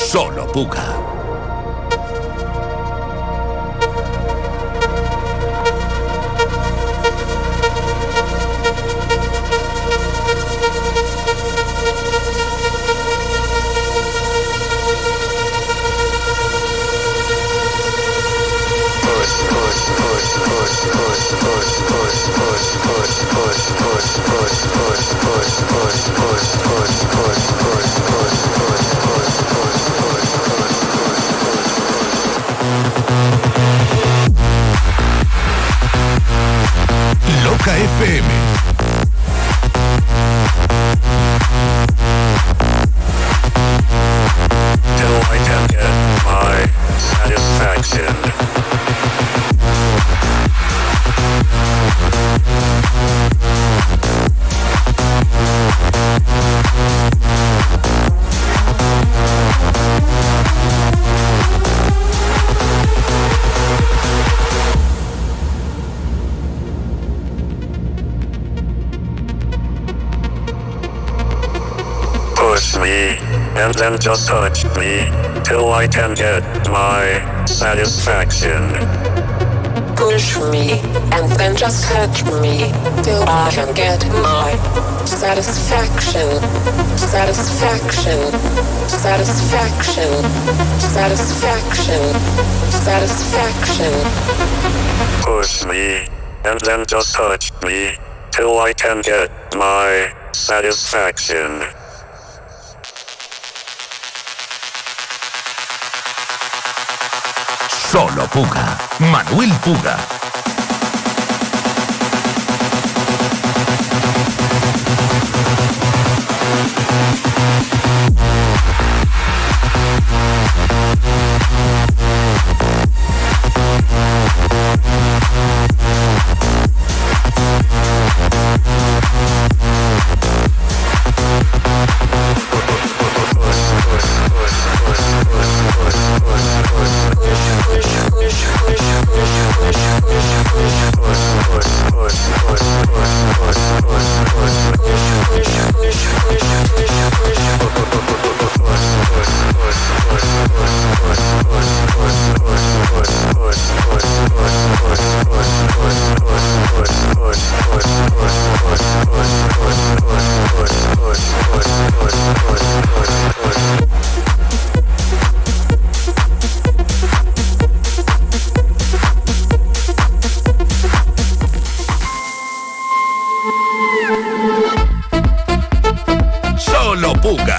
Solo Puga. Loca FM. Till I can get my satisfaction. Push me, and then just touch me, till I can get my satisfaction. Push me, and then just touch me, till I can get my satisfaction. Satisfaction. Satisfaction. Satisfaction. Satisfaction. Push me, and then just touch me, till I can get my satisfaction. Solo Puga. Manuel Puga. Solo Puga.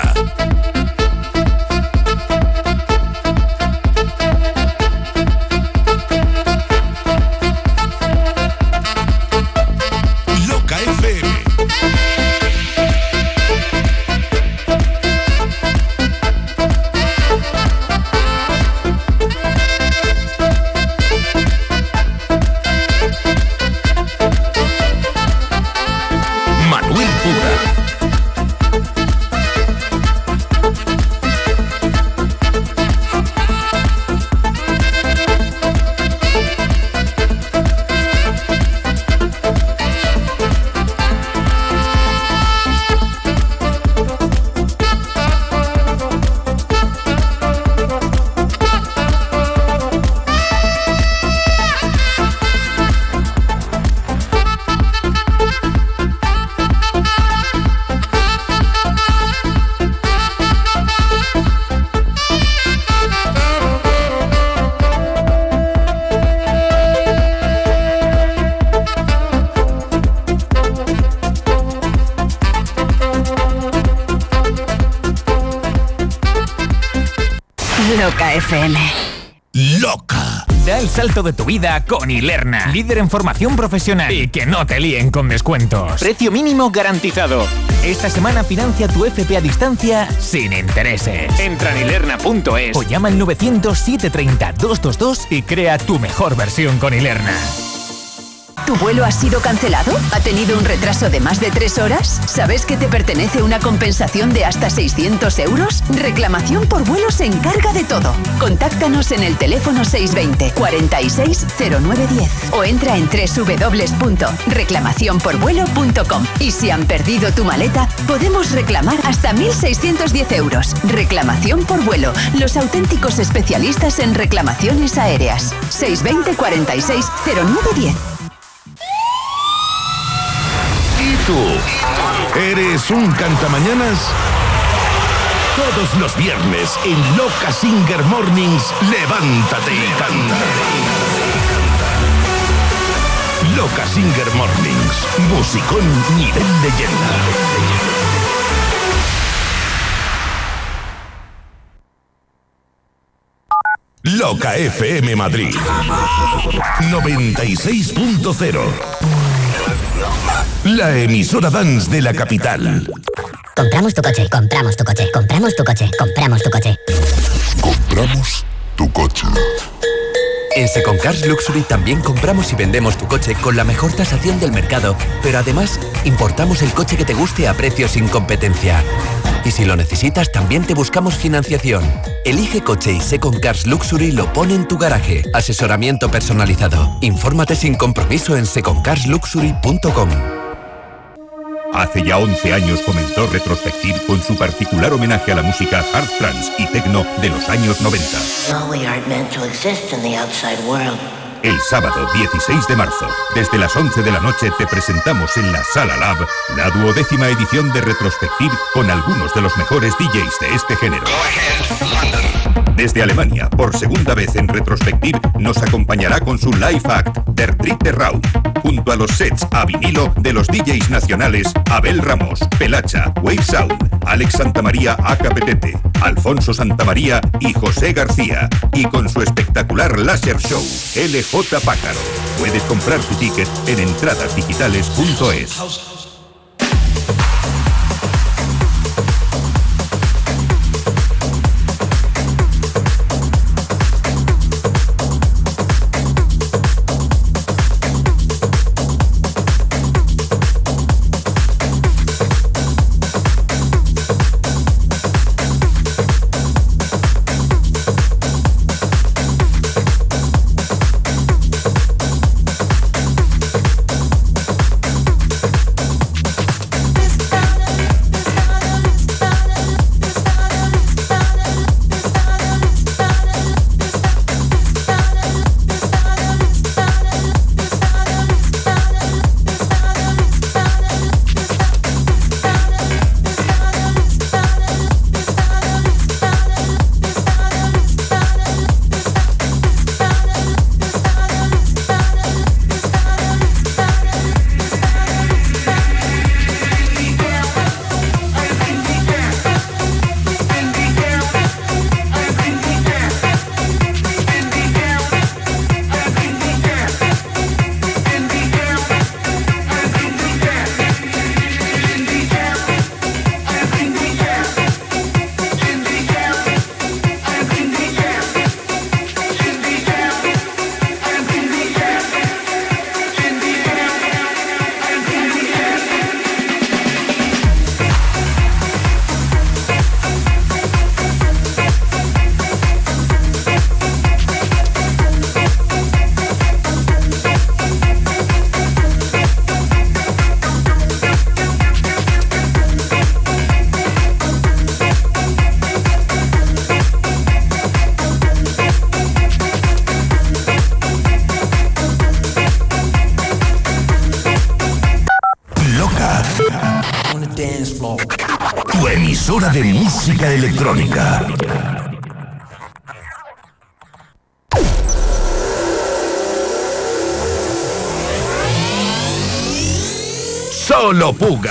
Loca FM. Manuel Puga. Loca FM. Loca. Da el salto de tu vida con Ilerna, líder en formación profesional. Y que no te líen con descuentos. Precio mínimo garantizado. Esta semana financia tu FP a distancia sin intereses. Entra en ilerna.es o llama al 900 730 222 y crea tu mejor versión con Ilerna. ¿Tu vuelo ha sido cancelado? ¿Ha tenido un retraso de más de 3 horas? ¿Sabes que te pertenece una compensación de hasta 600 euros? Reclamación por vuelo se encarga de todo. Contáctanos en el teléfono 620 46 0910 o entra en www.reclamacionporvuelo.com. Y si han perdido tu maleta, podemos reclamar hasta 1.610 euros. Reclamación por vuelo. Los auténticos especialistas en reclamaciones aéreas. 620 46 0910. ¿Y tú? ¿Eres un cantamañanas? Todos los viernes en Loca Singer Mornings, levántate y canta. Loca Singer Mornings, musicón nivel leyenda. Loca FM Madrid 96.0. La emisora dance de la capital. Compramos tu coche, compramos tu coche, compramos tu coche, compramos tu coche. Compramos tu coche. En Second Cars Luxury también compramos y vendemos tu coche con la mejor tasación del mercado, pero además importamos el coche que te guste a precios sin competencia. Y si lo necesitas, también te buscamos financiación. Elige coche y Second Cars Luxury lo pone en tu garaje. Asesoramiento personalizado. Infórmate sin compromiso en secondcarsluxury.com. Hace ya 11 años comenzó Retrospective con su particular homenaje a la música hard trance y techno de los años 90. No, we aren't meant to exist in the outside world. El sábado 16 de marzo, desde las 11 de la noche, te presentamos en la Sala Lab la 12ª edición de Retrospective con algunos de los mejores DJs de este género. Desde Alemania, por segunda vez en Retrospective, nos acompañará con su live act Der Dritte Raum, junto a los sets a vinilo de los DJs nacionales Abel Ramos, Pelacha, Wave Sound, Alex Santamaría AKPTT, Alfonso Santamaría y José García, y con su espectacular láser show, LJ Pájaro. Puedes comprar tu ticket en entradasdigitales.es. Tu emisora de música electrónica. Solo Puga.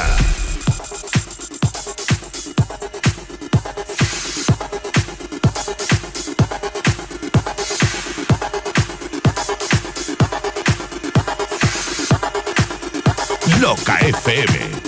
Loca FM.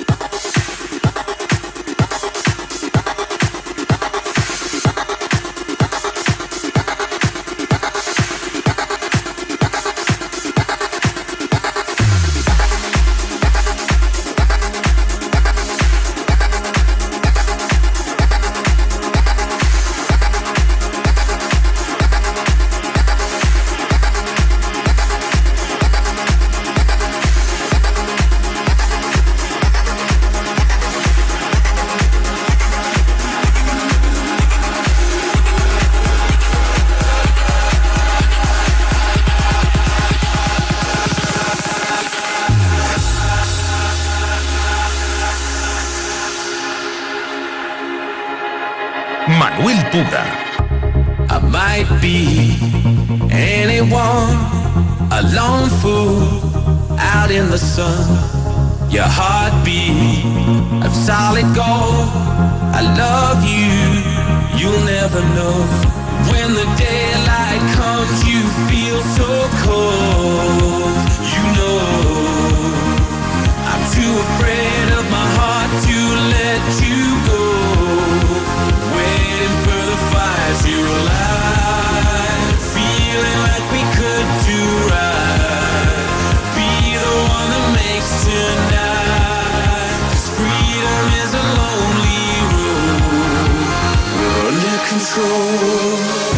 Puga. I might be anyone, a lone fool out in the sun. Your heartbeat of solid gold. I love you, you'll never know. When the daylight comes, you feel so cold. You know, I'm too afraid of my heart to let you go. Waiting for the fire to light, feeling like we could do right. Be the one that makes tonight. 'Cause freedom is a lonely road. We're under control.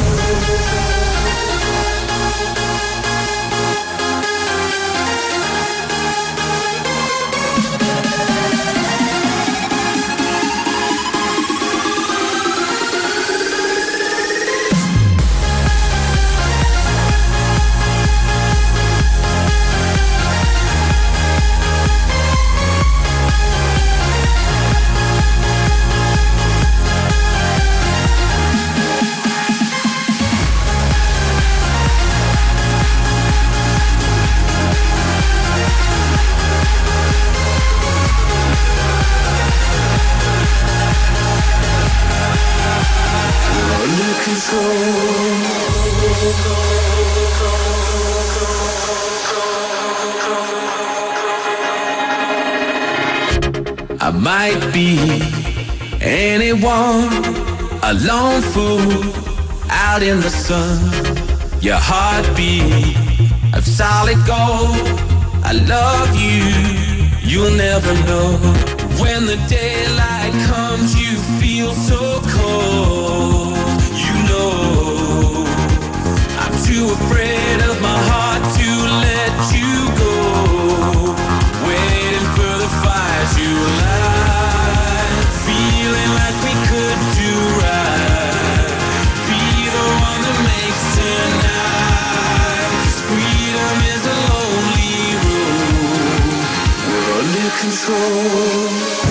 I might be anyone, a lone fool out in the sun. Your heartbeat of solid gold. I love you, you'll never know. When the daylight comes, you feel so cold. You know, I'm too afraid of my heart to let you go. Waiting for the fire to light, feeling like we could do right. Be the one that makes tonight. 'Cause freedom is a lonely road. We're under control.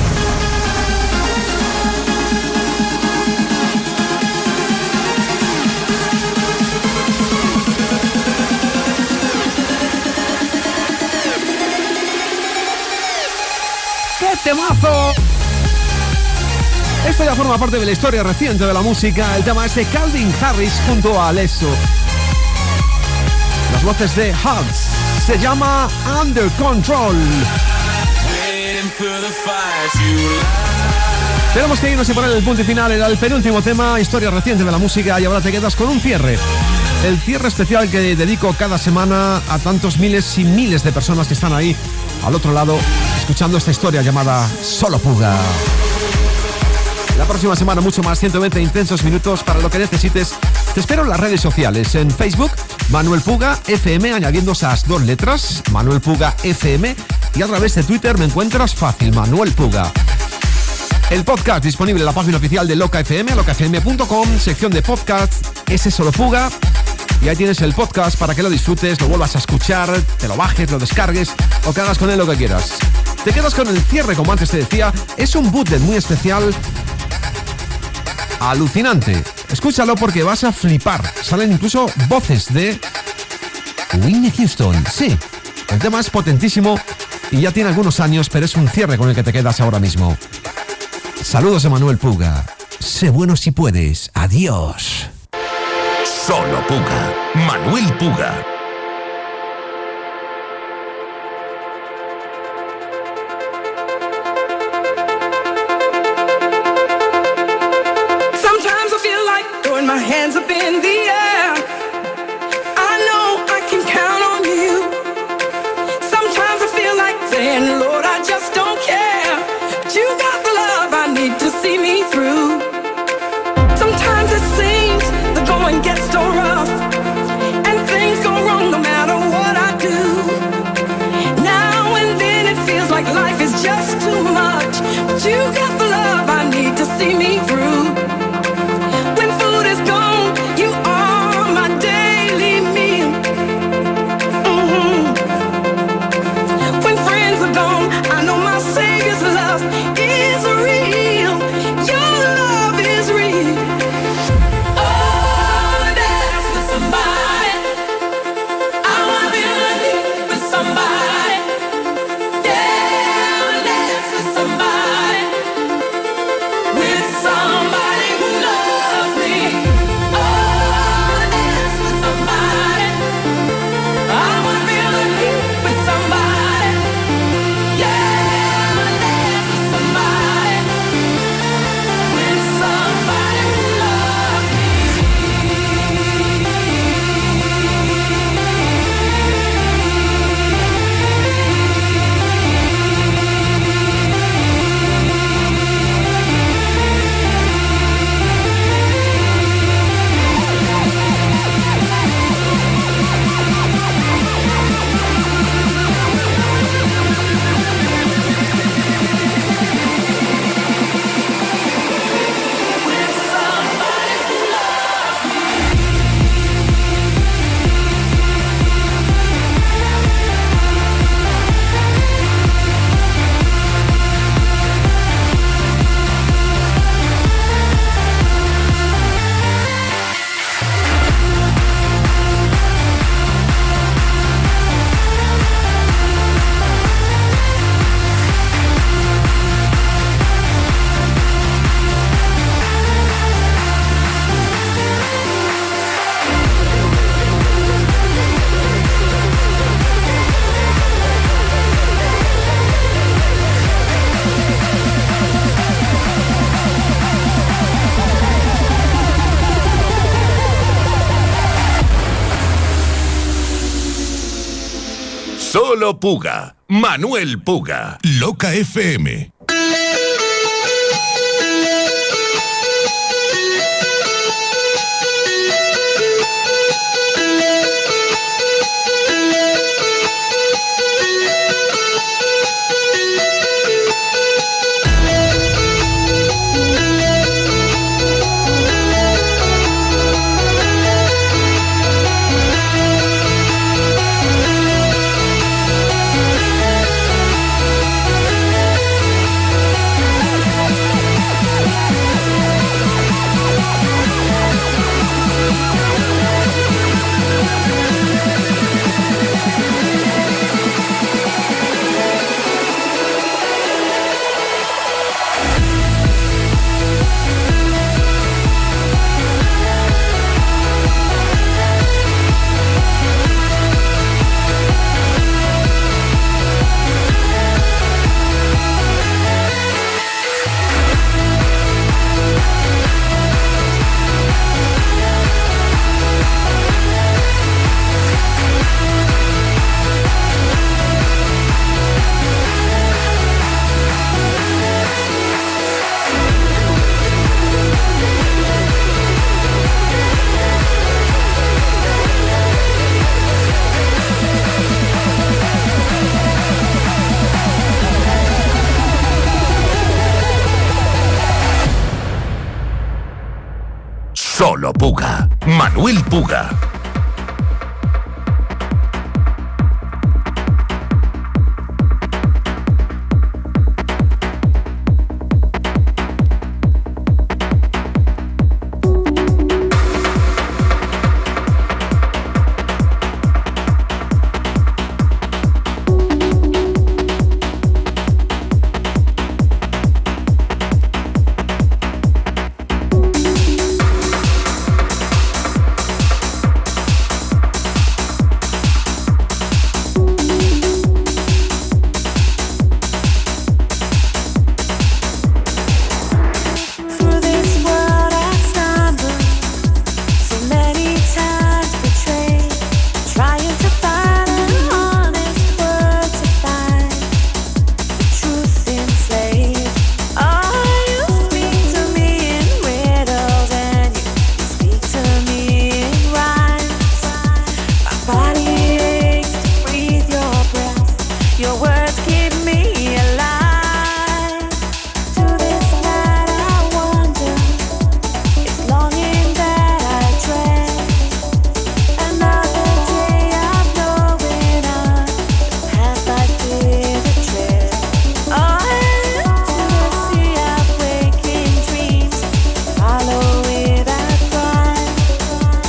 ¡Temazo! Esto ya forma parte de la historia reciente de la música. El tema es de Calvin Harris junto a Alesso. Las voces de Hugs. Se llama Under Control. Tenemos que irnos y poner el punto y final. Era el penúltimo tema, historia reciente de la música. Y ahora te quedas con un cierre. El cierre especial que dedico cada semana a tantos miles y miles de personas que están ahí al otro lado escuchando esta historia llamada Solo Puga. La próxima semana mucho más, 120 intensos minutos para lo que necesites. Te espero en las redes sociales, en Facebook, Manuel Puga FM, añadiendo esas dos letras, Manuel Puga FM, y a través de Twitter me encuentras fácil, Manuel Puga. El podcast disponible en la página oficial de Loca FM, locafm.com, sección de podcast, ese Solo Puga. Y ahí tienes el podcast para que lo disfrutes, lo vuelvas a escuchar, te lo bajes, lo descargues o que hagas con él lo que quieras. Te quedas con el cierre, como antes te decía. Es un bootleg muy especial, alucinante. Escúchalo porque vas a flipar. Salen incluso voces de Whitney Houston. Sí, el tema es potentísimo y ya tiene algunos años, pero es un cierre con el que te quedas ahora mismo. Saludos de Manuel Puga. Sé bueno si puedes. Adiós. Solo Puga. Manuel Puga. Sometimes I feel like throwing my hands up in the air. I know I can count on you. Sometimes I feel like saying, Lord, I just don't care. But you got the love I need to see me through. Sometimes it seems the going gets so rough, and things go wrong no matter what I do. Now and then it feels like life is just too much, but you got the love I need to see me through. When food is gone, you are Solo Puga. Manuel Puga. Loca FM. Solo Puga. Manuel Puga.